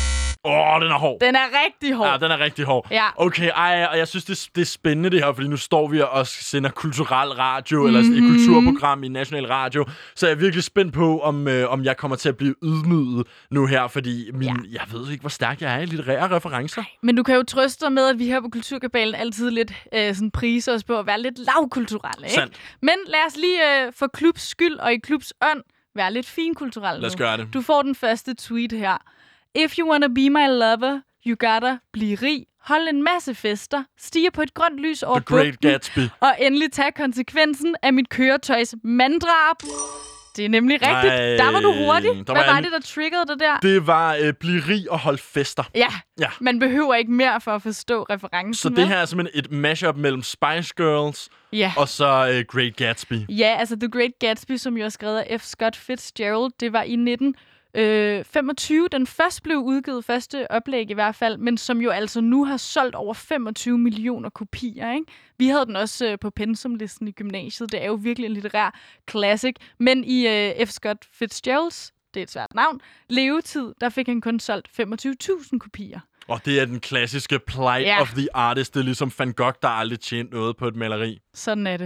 Den er hård. Den er rigtig hård. Ja, den er rigtig hård. Ja. Okay, og jeg synes, det er spændende det her, fordi nu står vi og sender kulturel radio, eller et kulturprogram i National Radio, så jeg er virkelig spændt på, om jeg kommer til at blive ydmyget nu her, fordi jeg ved ikke, hvor stærk jeg er i litterære referencer. Men du kan jo trøste dig med, at vi her på Kulturkabalen altid lidt sådan priser os på at være lidt lavkulturelle, ikke? Sandt. Men lad os lige for klubs skyld og i klubs ånd være lidt finkulturelle. Lad os gøre det. Du får den første tweet her. If you wanna be my lover, you gotta blive rig. Hold en masse fester. Stige på et grønt lys over The Great bugten, Gatsby. og endelig tage konsekvensen af mit køretøjs manddrab. Det er nemlig rigtigt. Der var du hurtig. Hvad var det, der triggede dig der? Det var blive rig og holde fester. Ja, Ja. man behøver ikke mere for at forstå referencen. Så det her er simpelthen et mashup mellem Spice Girls og så Great Gatsby. Ja, altså The Great Gatsby, som jo er skrevet af F. Scott Fitzgerald, det var i 1925. Den først blev udgivet, første oplæg i hvert fald, men som jo altså nu har solgt over 25 millioner kopier, ikke? Vi havde den også på pensumlisten i gymnasiet. Det er jo virkelig en litterær classic. Men i F. Scott Fitzgeralds, det er et svært navn, levetid, der fik han kun solgt 25.000 kopier. Og det er den klassiske plight of the artist. Det er ligesom Van Gogh, der aldrig tjent noget på et maleri. Sådan er det.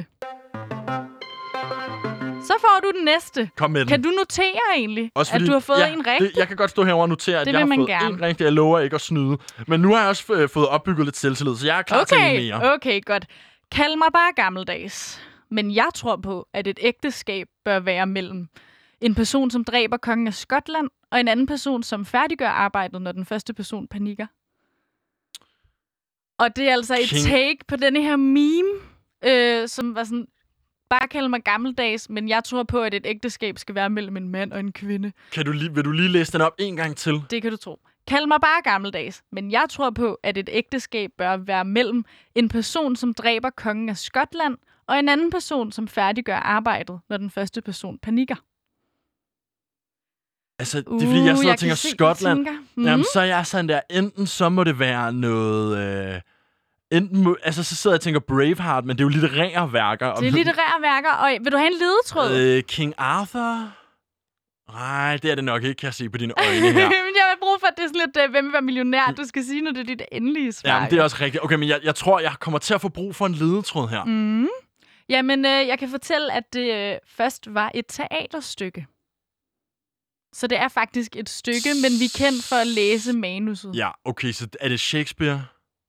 Så får du den næste. Kom med den. Kan du notere egentlig, også fordi, at du har fået en rigtig? Jeg kan godt stå herovre og notere, at jeg har fået en rigtig. Jeg lover ikke at snyde. Men nu har jeg også fået opbygget lidt selvtillid, så jeg er klar til en mere. Okay, godt. Kald mig bare gammeldags. Men jeg tror på, at et ægteskab bør være mellem en person, som dræber kongen af Skotland, og en anden person, som færdiggør arbejdet, når den første person panikker. Og det er altså et take på denne her meme, som var sådan, bare kald mig gammeldags, men jeg tror på, at et ægteskab skal være mellem en mand og en kvinde. Vil du lige læse den op en gang til? Det kan du tro. Kald mig bare gammeldags, men jeg tror på, at et ægteskab bør være mellem en person, som dræber kongen af Skotland, og en anden person, som færdiggør arbejdet, når den første person panikker. Altså, det er fordi, jeg sidder og tænker Skotland. Jamen, så er jeg sådan der, enten så må det være noget... så sidder jeg og tænker Braveheart, men det er jo litterære værker. Det er litterære værker, og vil du have en ledetråd? King Arthur? Nej, det er det nok ikke, kan jeg se på dine øjne her. Jeg vil bruge for, at det er sådan lidt, hvem vil være millionær? Du skal sige, når det er dit endelige svar. Jamen, det er også rigtigt. Okay, men jeg tror, jeg kommer til at få brug for en ledetråd her. Jamen, jeg kan fortælle, at det først var et teaterstykke. Så det er faktisk et stykke, men vi er kendt for at læse manuset. Ja, okay, så er det Shakespeare?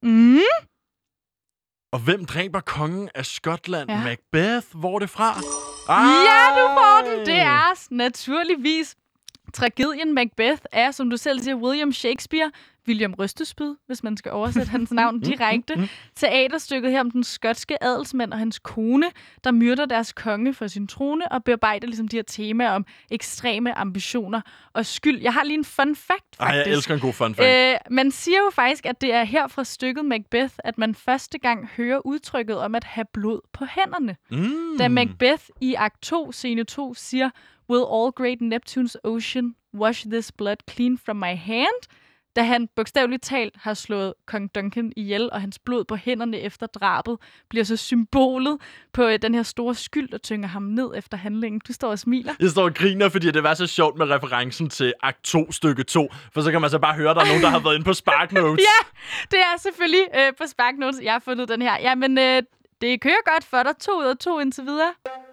Og hvem dræber kongen af Skotland? Ja. Macbeth? Hvor er det fra? Ja, du får den! Det er naturligvis. Tragedien Macbeth er, som du selv siger, William Shakespeare. William Rystespyd, hvis man skal oversætte hans navn direkte. Teaterstykket her om den skotske adelsmand og hans kone, der myrder deres konge for sin trone og bearbejder ligesom de her temaer om ekstreme ambitioner og skyld. Jeg har lige en fun fact, faktisk. Jeg elsker en god fun fact. Man siger jo faktisk, at det er her fra stykket Macbeth, at man første gang hører udtrykket om at have blod på hænderne. Da Macbeth i akt 2, scene 2, siger, "Will all great Neptune's ocean wash this blood clean from my hand?" Da han bogstaveligt talt har slået kong Duncan ihjel, og hans blod på hænderne efter drabet bliver så symbolet på den her store skyld, der tynger ham ned efter handlingen. Du står og smiler. Jeg står og griner, fordi det var så sjovt med referencen til akt 2, stykke 2. For så kan man så bare høre, der er nogen, der har været inde på Sparknotes. Ja, det er selvfølgelig på Sparknotes, jeg har fundet den her. Jamen, det kører godt for dig. 2 ud af 2 indtil videre.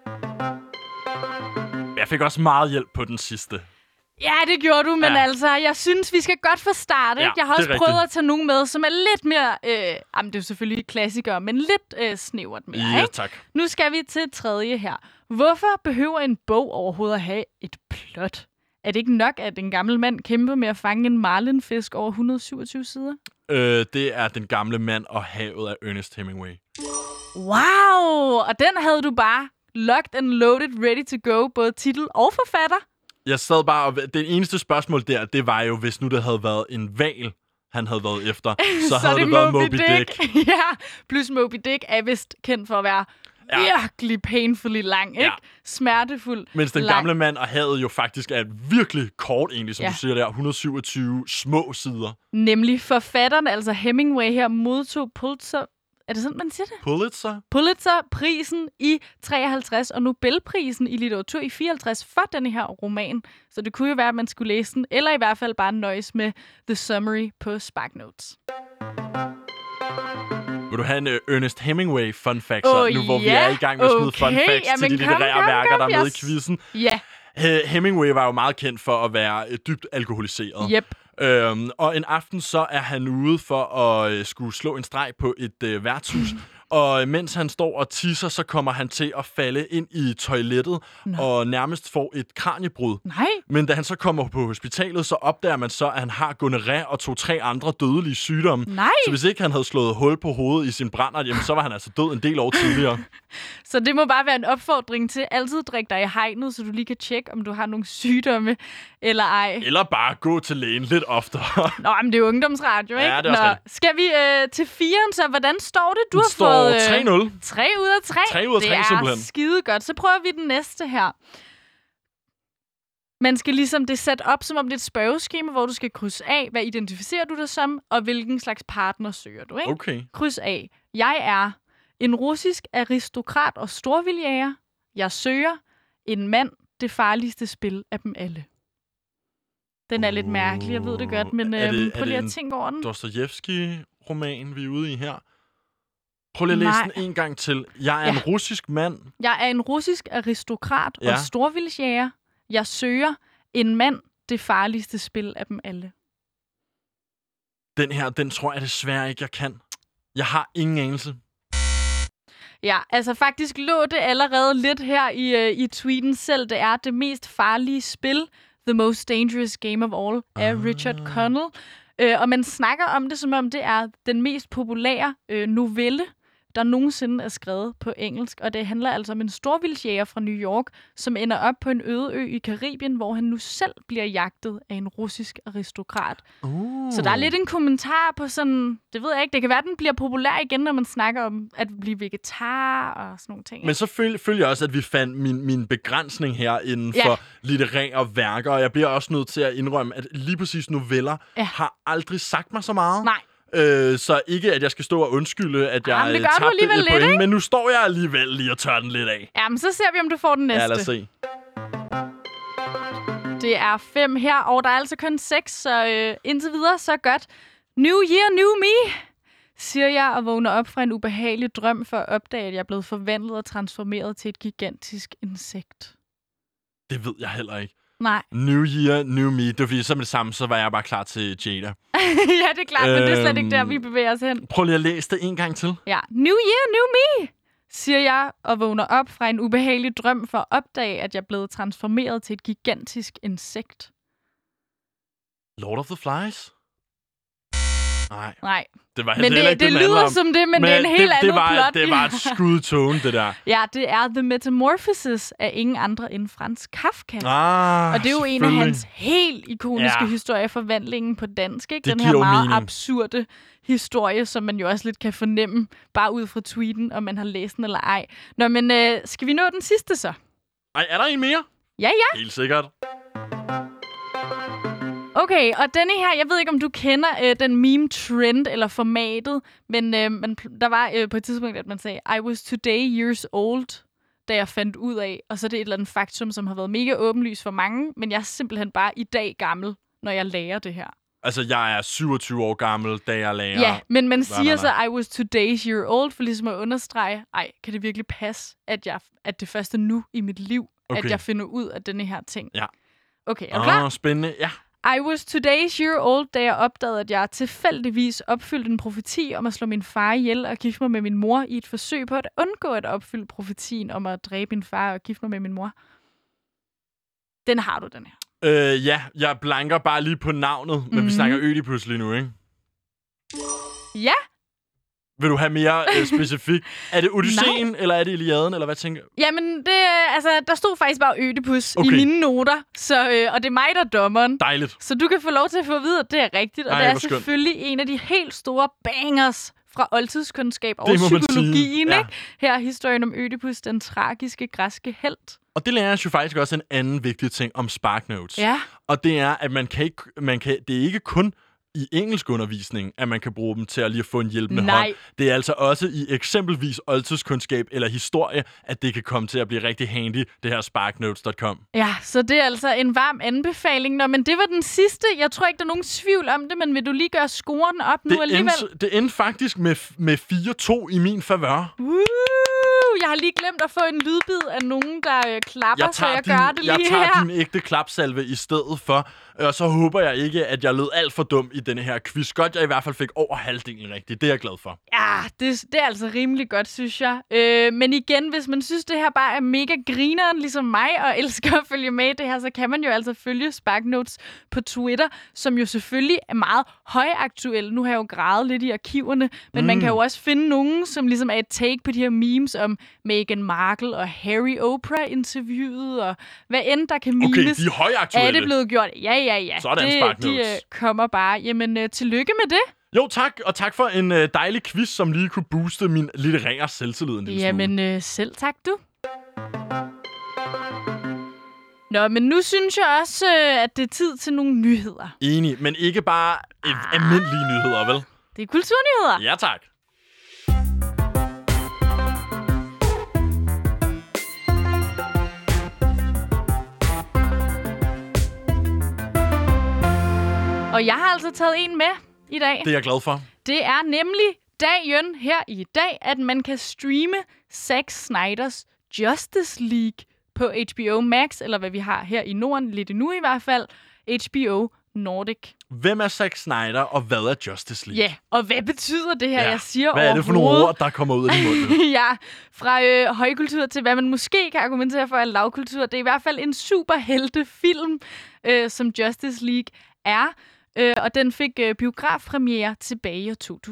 Jeg fik også meget hjælp på den sidste. Ja, det gjorde du, men altså, jeg synes, vi skal godt få startet. Ja, jeg har også prøvet at tage nogen med, som er lidt mere... det er jo selvfølgelig klassikere, men lidt snævert mere. Ja, ikke? tak. Nu skal vi til tredje her. Hvorfor behøver en bog overhovedet at have et plot? Er det ikke nok, at en gammel mand kæmper med at fange en marlinfisk over 127 sider? Det er Den gamle mand og havet af Ernest Hemingway. Wow! Og den havde du bare locked and loaded, ready to go, både titel og forfatter. Jeg sad bare, og det eneste spørgsmål der, det var jo, hvis nu det havde været en hval, han havde været efter, så havde det været Moby Dick. Ja, plus Moby Dick er vist kendt for at være virkelig painfully lang, ikke? Ja. Smertefuld. Mens Den gamle mand og havet jo faktisk er virkelig kort egentlig, som du siger der, 127 små sider. Nemlig forfatteren, altså Hemingway her, modtog Er det sådan, man siger det? Pulitzer? Pulitzer-prisen i 53 og Nobelprisen i litteratur i 54 for denne her roman. Så det kunne jo være, at man skulle læse den, eller i hvert fald bare nøjes med The Summary på Sparknotes. Vil du have en Ernest Hemingway fun fact, nu hvor vi er i gang med at smide fun facts til de litterære værker, der er med i quizzen? Ja. Hemingway var jo meget kendt for at være dybt alkoholiseret. Yep. Og en aften så er han ude for at skulle slå en streg på et værtshus. Og mens han står og tisser, så kommer han til at falde ind i toilettet og nærmest får et kraniebrud. Nej. Men da han så kommer på hospitalet, så opdager man så, at han har gonorrhea og 2-3 andre dødelige sygdomme. Nej. Så hvis ikke han havde slået hul på hovedet i sin brændert, jamen så var han altså død en del år tidligere. Så det må bare være en opfordring til altid drikke dig i hegnet, så du lige kan tjekke, om du har nogle sygdomme eller ej. Eller bare gå til lægen lidt oftere. Nå, men det er jo ungdomsradio, ikke? Ja, det er også rigtigt. Skal vi til 4'eren, så hvordan står det? Du Den har står fået 3-0. 3 ud af 3. 3 ud af 3, det er simpelthen. skide godt. Så prøver vi den næste her. Man skal ligesom det sætte op, som om det er et spørgeskema, hvor du skal krydse af, hvad identificerer du dig som, og hvilken slags partner søger du, ikke? Okay. Kryds af. Jeg er en russisk aristokrat og storvildjæger. Jeg søger en mand, det farligste spil af dem alle. Den er lidt mærkelig, jeg ved det godt, men prøv lige at tænke over den. Dostojevskij-roman, vi er ude i her. Prøv lige at læse den en gang til. Jeg er en russisk mand. Jeg er en russisk aristokrat og storvildjæger. Jeg søger en mand, det farligste spil af dem alle. Den her, den tror jeg desværre ikke, jeg kan. Jeg har ingen anelse. Ja, altså faktisk lå det allerede lidt her i tweeten selv. Det er det mest farlige spil, The Most Dangerous Game of All, af Richard Connell. Og man snakker om det, som om det er den mest populære novelle, der nogensinde er skrevet på engelsk. Og det handler altså om en storvildjæger fra New York, som ender op på en øde ø i Karibien, hvor han nu selv bliver jagtet af en russisk aristokrat. Så der er lidt en kommentar på sådan, det ved jeg ikke, det kan være, at den bliver populær igen, når man snakker om at blive vegetar og sådan nogle ting. Men så følger jeg også, at vi fandt min begrænsning her inden for litterære værker, og jeg bliver også nødt til at indrømme, at lige præcis noveller har aldrig sagt mig så meget. Nej. Så ikke, at jeg skal stå og undskylde, at jeg tabte et point, ikke? men nu står jeg alligevel lige og tør den lidt af. Jamen, så ser vi, om du får den næste. Ja, lad os se. Det er 5 her, og der er altså kun 6, så indtil videre, så godt. New year, new me, siger jeg og vågner op fra en ubehagelig drøm for at opdage, at jeg er blevet forvandlet og transformeret til et gigantisk insekt. Det ved jeg heller ikke. Nej. New year, new me. Det var fordi, så med det samme, så var jeg bare klar til Jada. Ja, det er klart, men det er slet ikke der, vi bevæger os hen. Prøv lige at læse det en gang til. Ja. New year, new me, siger jeg og vågner op fra en ubehagelig drøm for at opdage, at jeg er blevet transformeret til et gigantisk insekt. Lord of the Flies? Nej. Det var men heller ikke det lyder som det, men det er en helt anden plot. Det var et skud i tone, det der. Ja, det er The Metamorphosis af ingen andre end Franz Kafka. Og det er jo en af hans helt ikoniske historier, Forvandlingen på dansk. Ikke? Den her meget absurde historie, som man jo også lidt kan fornemme, bare ud fra tweeten, om man har læst den eller ej. Nå, men skal vi nå den sidste så? Ej, er der en mere? Ja. Helt sikkert. Okay, og denne her, jeg ved ikke, om du kender den meme-trend eller formatet, men der var på et tidspunkt, at man sagde, I was today years old, da jeg fandt ud af, og så er det et eller andet faktum, som har været mega åbenlyst for mange, men jeg er simpelthen bare i dag gammel, når jeg lærer det her. Altså, jeg er 27 år gammel, da jeg lærer... Ja, men man siger så, I was today's year old, for ligesom at understrege, kan det virkelig passe, at det første nu i mit liv, at jeg finder ud af denne her ting? Ja. Okay, er du klar? Spændende, ja. I was today's year old, da jeg opdagede, at jeg tilfældigvis opfyldte en profeti om at slå min far ihjel og gifte mig med min mor i et forsøg på at undgå at opfylde profetien om at dræbe min far og gifte mig med min mor. Den har du, den her. Ja, jeg blanker bare lige på navnet, men vi snakker Ødipus lige nu, ikke? Ja. Vil du have mere specifik? Er det Odysseen, eller er det Iliaden, eller hvad tænker du? Jamen, der stod faktisk bare Ødipus i mine noter, så, og det er mig, der er dommeren. Dejligt. Så du kan få lov til at få at vide, at det er rigtigt, og det er selvfølgelig en af de helt store bangers fra oldtidskundskab og psykologien, ikke? Her er historien om Ødipus, den tragiske græske helt. Og det lærer os jo faktisk også en anden vigtig ting om Sparknotes. Ja. Og det er, at det er ikke kun i engelskundervisning, at man kan bruge dem til at lige få en hjælpende hånd. Det er altså også i eksempelvis oldtidskundskab eller historie, at det kan komme til at blive rigtig handy, det her sparknotes.com. Ja, så det er altså en varm anbefaling. Nå, men det var den sidste. Jeg tror ikke, der er nogen tvivl om det, men vil du lige gøre scoren op nu alligevel? Det endte faktisk med 4-2 i min favør. Jeg har lige glemt at få en lydbid af nogen, der klapper, så jeg gør det lige her. Jeg tager din ægte klapsalve i stedet for, og så håber jeg ikke, at jeg lød alt for dum i denne her quiz. Godt, jeg i hvert fald fik over halvdelen rigtigt. Det er jeg glad for. Ja, det er altså rimelig godt, synes jeg. Men igen, hvis man synes, det her bare er mega grineren, ligesom mig, og elsker at følge med i det her, så kan man jo altså følge Sparknotes på Twitter, som jo selvfølgelig er meget højaktuel. Nu har jeg jo gravet lidt i arkiverne, men man kan jo også finde nogen, som ligesom er et take på de her memes om Meghan Markle og Harry Oprah-interviewet, og hvad end der kan memes. Okay, de er højaktuelle. Er det blevet gjort? Ja. Sådan, Sparknotes. De kommer bare. Jamen, tillykke med det. Jo, tak. Og tak for en dejlig quiz, som lige kunne booste min litterære selvtillid en lille smule. Jamen, selv tak du. Nå, men nu synes jeg også, at det er tid til nogle nyheder. Enig, men ikke bare almindelige nyheder, vel? Det er kulturnyheder. Ja, tak. Og jeg har altså taget en med i dag. Det er jeg glad for. Det er nemlig dagen her i dag, at man kan streame Zack Snyders Justice League på HBO Max, eller hvad vi har her i Norden, lidt endnu i hvert fald, HBO Nordic. Hvem er Zack Snyder, og hvad er Justice League? Ja, og hvad betyder det her, jeg siger hvad er det for nogle ord, der kommer ud af din mund? Ja, fra højkultur til hvad man måske kan argumentere for er lavkultur. Det er i hvert fald en superheltefilm, som Justice League er. Og den fik biografpremiere tilbage i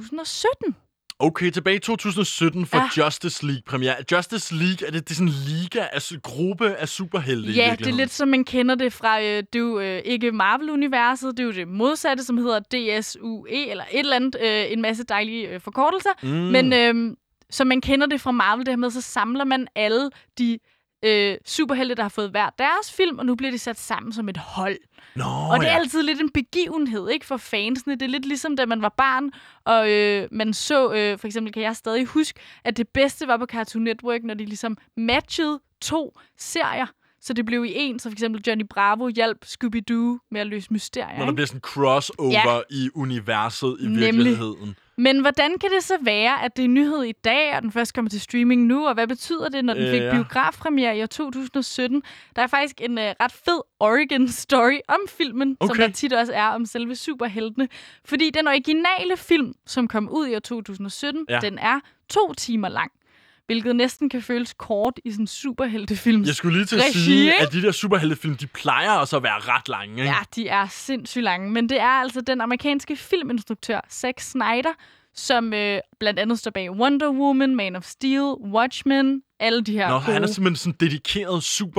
2017. Okay, tilbage i 2017 for Justice League premiere. Justice League, er det sådan en liga, altså gruppe af superhelte i Ja, det er lidt som man kender det fra, det er jo ikke Marvel-universet, det er jo det modsatte, som hedder DSUE, eller et eller andet, en masse dejlige forkortelser. Men som man kender det fra Marvel, dermed så samler man alle de superhelte, der har fået hver deres film, og nu bliver de sat sammen som et hold. Og det er altid lidt en begivenhed, ikke, for fansene. Det er lidt ligesom, da man var barn, og man så, for eksempel kan jeg stadig huske, at det bedste var på Cartoon Network, når de ligesom matchede 2 serier. Så det blev i en, så for eksempel Johnny Bravo hjalp Scooby-Doo med at løse mysterier. Når der bliver sådan en crossover i universet i virkeligheden. Men hvordan kan det så være, at det er nyhed i dag, og den først kommer til streaming nu, og hvad betyder det, når den fik biografpremiere i 2017? Der er faktisk en ret fed origin story om filmen, som der tit også er om selve superheltene. Fordi den originale film, som kom ud i år 2017, den er 2 timer lang. Hvilket næsten kan føles kort i sådan en superheltefilms Jeg skulle lige til at sige, at de der superheltefilm, de plejer også at være ret lange, ikke? Ja, de er sindssygt lange. Men det er altså den amerikanske filminstruktør, Zack Snyder, som blandt andet står bag Wonder Woman, Man of Steel, Watchmen, alle de her han er simpelthen sådan en dedikeret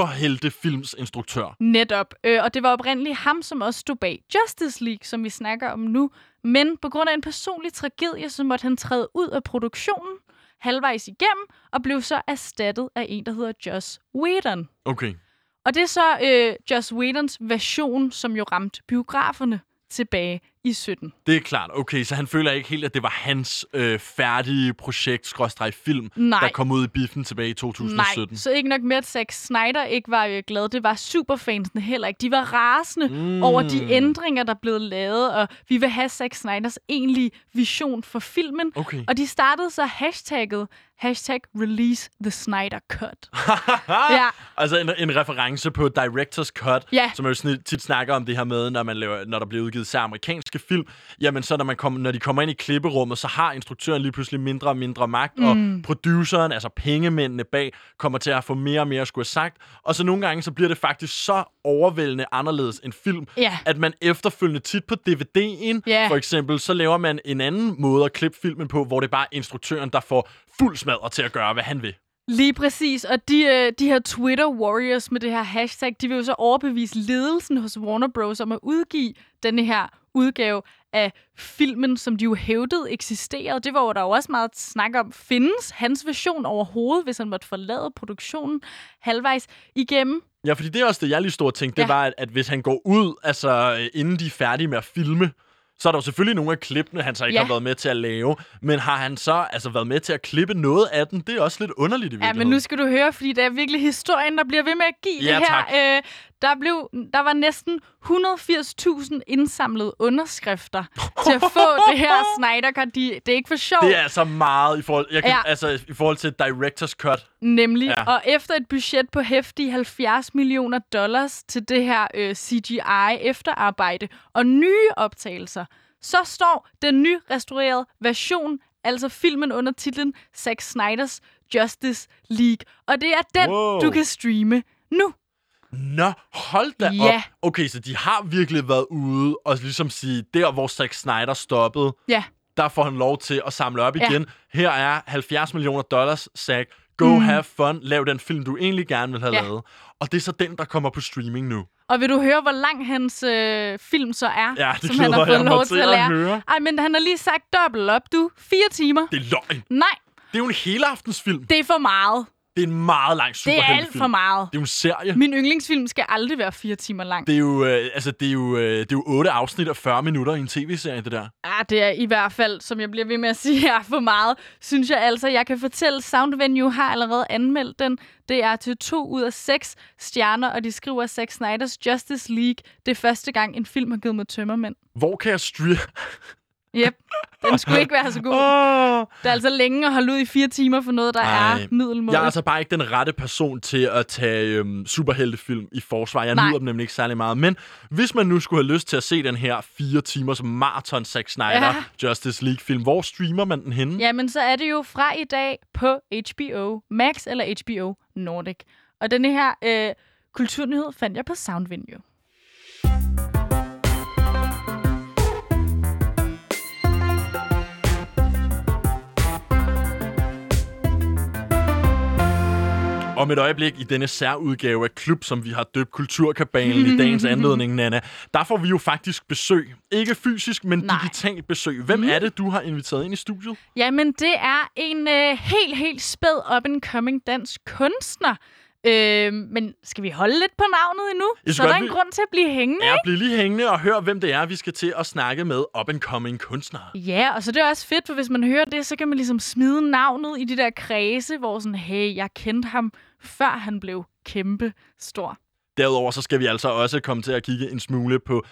superheltefilmsinstruktør. Netop. Og det var oprindeligt ham, som også stod bag Justice League, som vi snakker om nu. Men på grund af en personlig tragedie, så måtte han træde ud af produktionen halvvejs igennem, og blev så erstattet af en, der hedder Joss Whedon. Okay. Og det er så Joss Whedons version, som jo ramte biograferne tilbage i 17. Det er klart. Okay, så han føler ikke helt, at det var hans færdige projekt, /film, der kom ud i biffen tilbage i 2017. Nej, så ikke nok med, at Zack Snyder ikke var glad. Det var superfansene heller ikke. De var rasende over de ændringer, der blev lavet, og vi vil have Zack Snyders egentlige vision for filmen. Okay. Og de startede så #Release the Snyder Cut. Ja. Altså en reference på Director's Cut, som jo tit snakker om det her med, når der bliver udgivet så amerikanske film, jamen så når de kommer ind i klipperummet, så har instruktøren lige pludselig mindre og mindre magt, og produceren, altså pengemændene bag, kommer til at få mere og mere at skulle have sagt. Og så nogle gange, så bliver det faktisk så overvældende anderledes en film, at man efterfølgende tit på DVD'en, for eksempel, så laver man en anden måde at klippe filmen på, hvor det bare er instruktøren, der får fuld smadret til at gøre, hvad han vil. Lige præcis, og de her Twitter warriors med det her hashtag, de vil jo så overbevise ledelsen hos Warner Bros. Om at udgive denne her udgave af filmen, som de jo hævdede eksisterede. Det var jo der jo også meget snak om. Findes hans version overhovedet, hvis han måtte forlade produktionen halvvejs igennem? Ja, fordi det er også det, jeg lige stod og tænkte, det var, at hvis han går ud, altså inden de er færdige med at filme, Så er der jo selvfølgelig nogle af klippene, han så ikke har været med til at lave. Men har han så været med til at klippe noget af den? Det er også lidt underligt i virkeligheden. Ja, men nu skal du høre, fordi det er virkelig historien, der bliver ved med at give det her. Der var næsten 180.000 indsamlede underskrifter til at få det her Snyder Cut. Det er ikke for sjovt. Det er altså meget i forhold til Director's Cut. Nemlig. Ja. Og efter et budget på heftige $70 million til det her CGI-efterarbejde og nye optagelser, så står den nyrestaurerede version, altså filmen under titlen Zack Snyders Justice League. Og det er den, du kan streame nu. Nå, hold da op. Okay, så de har virkelig været ude og ligesom sige, der hvor Zack Snyder stoppede, der får han lov til at samle op igen. Her er $70 million, Zack. Go have fun. Lav den film, du egentlig gerne vil have lavet. Og det er så den, der kommer på streaming nu. Og vil du høre, hvor lang hans film så er, ja, det som han har fået lov til at lære? Høre. Ej, men han har lige sagt dobbelt op, du. 4 timer. Det er løgn. Nej. Det er jo en helaftensfilm. Det er for meget. Det er en meget lang superheltefilm. Det er alt for meget. Det er jo en serie. Min yndlingsfilm skal aldrig være 4 timer lang. Det er jo 8 afsnit og 40 minutter i en tv-serie, det der. Ja, det er i hvert fald, som jeg bliver ved med at sige, er for meget. Synes jeg altså, jeg kan fortælle, Sound Venue har allerede anmeldt den. Det er til 2 ud af 6 stjerner, og de skriver Zack Snyders Justice League. Det er første gang, en film har givet mig tømmermænd. Hvor kan jeg streame? Yep, den skulle ikke være så god. Det er altså længe at holde ud i 4 timer for noget, der er middelmåde. Jeg er altså bare ikke den rette person til at tage superheltefilm i forsvar. Jeg nyder dem nemlig ikke særlig meget. Men hvis man nu skulle have lyst til at se den her 4 timers marathon Zack Snyder Justice League-film, hvor streamer man den henne? Jamen, så er det jo fra i dag på HBO Max eller HBO Nordic. Og denne her kulturnyhed fandt jeg på Sound Venue. Om et øjeblik i denne særudgave af Klub, som vi har døbt Kulturkabalen i dagens anledning, Nana, der får vi jo faktisk besøg. Ikke fysisk, men digitalt besøg. Hvem er det, du har inviteret ind i studiet? Jamen, det er en helt spæd up-and-coming dansk kunstner. Men skal vi holde lidt på navnet endnu? Så er der en grund til at blive hængende, ikke? Bliv lige hængende og hør, hvem det er, vi skal til at snakke med up-and-coming kunstnere. Ja, og så det er også fedt, for hvis man hører det, så kan man ligesom smide navnet i de der kredse, hvor sådan, hey, jeg kendte ham, før han blev kæmpe stor. Derudover så skal vi altså også komme til at kigge en smule på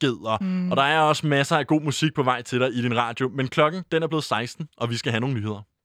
hadbeskeder. Og der er også masser af god musik på vej til dig i din radio. Men klokken, den er blevet 16, og vi skal have nogle nyheder.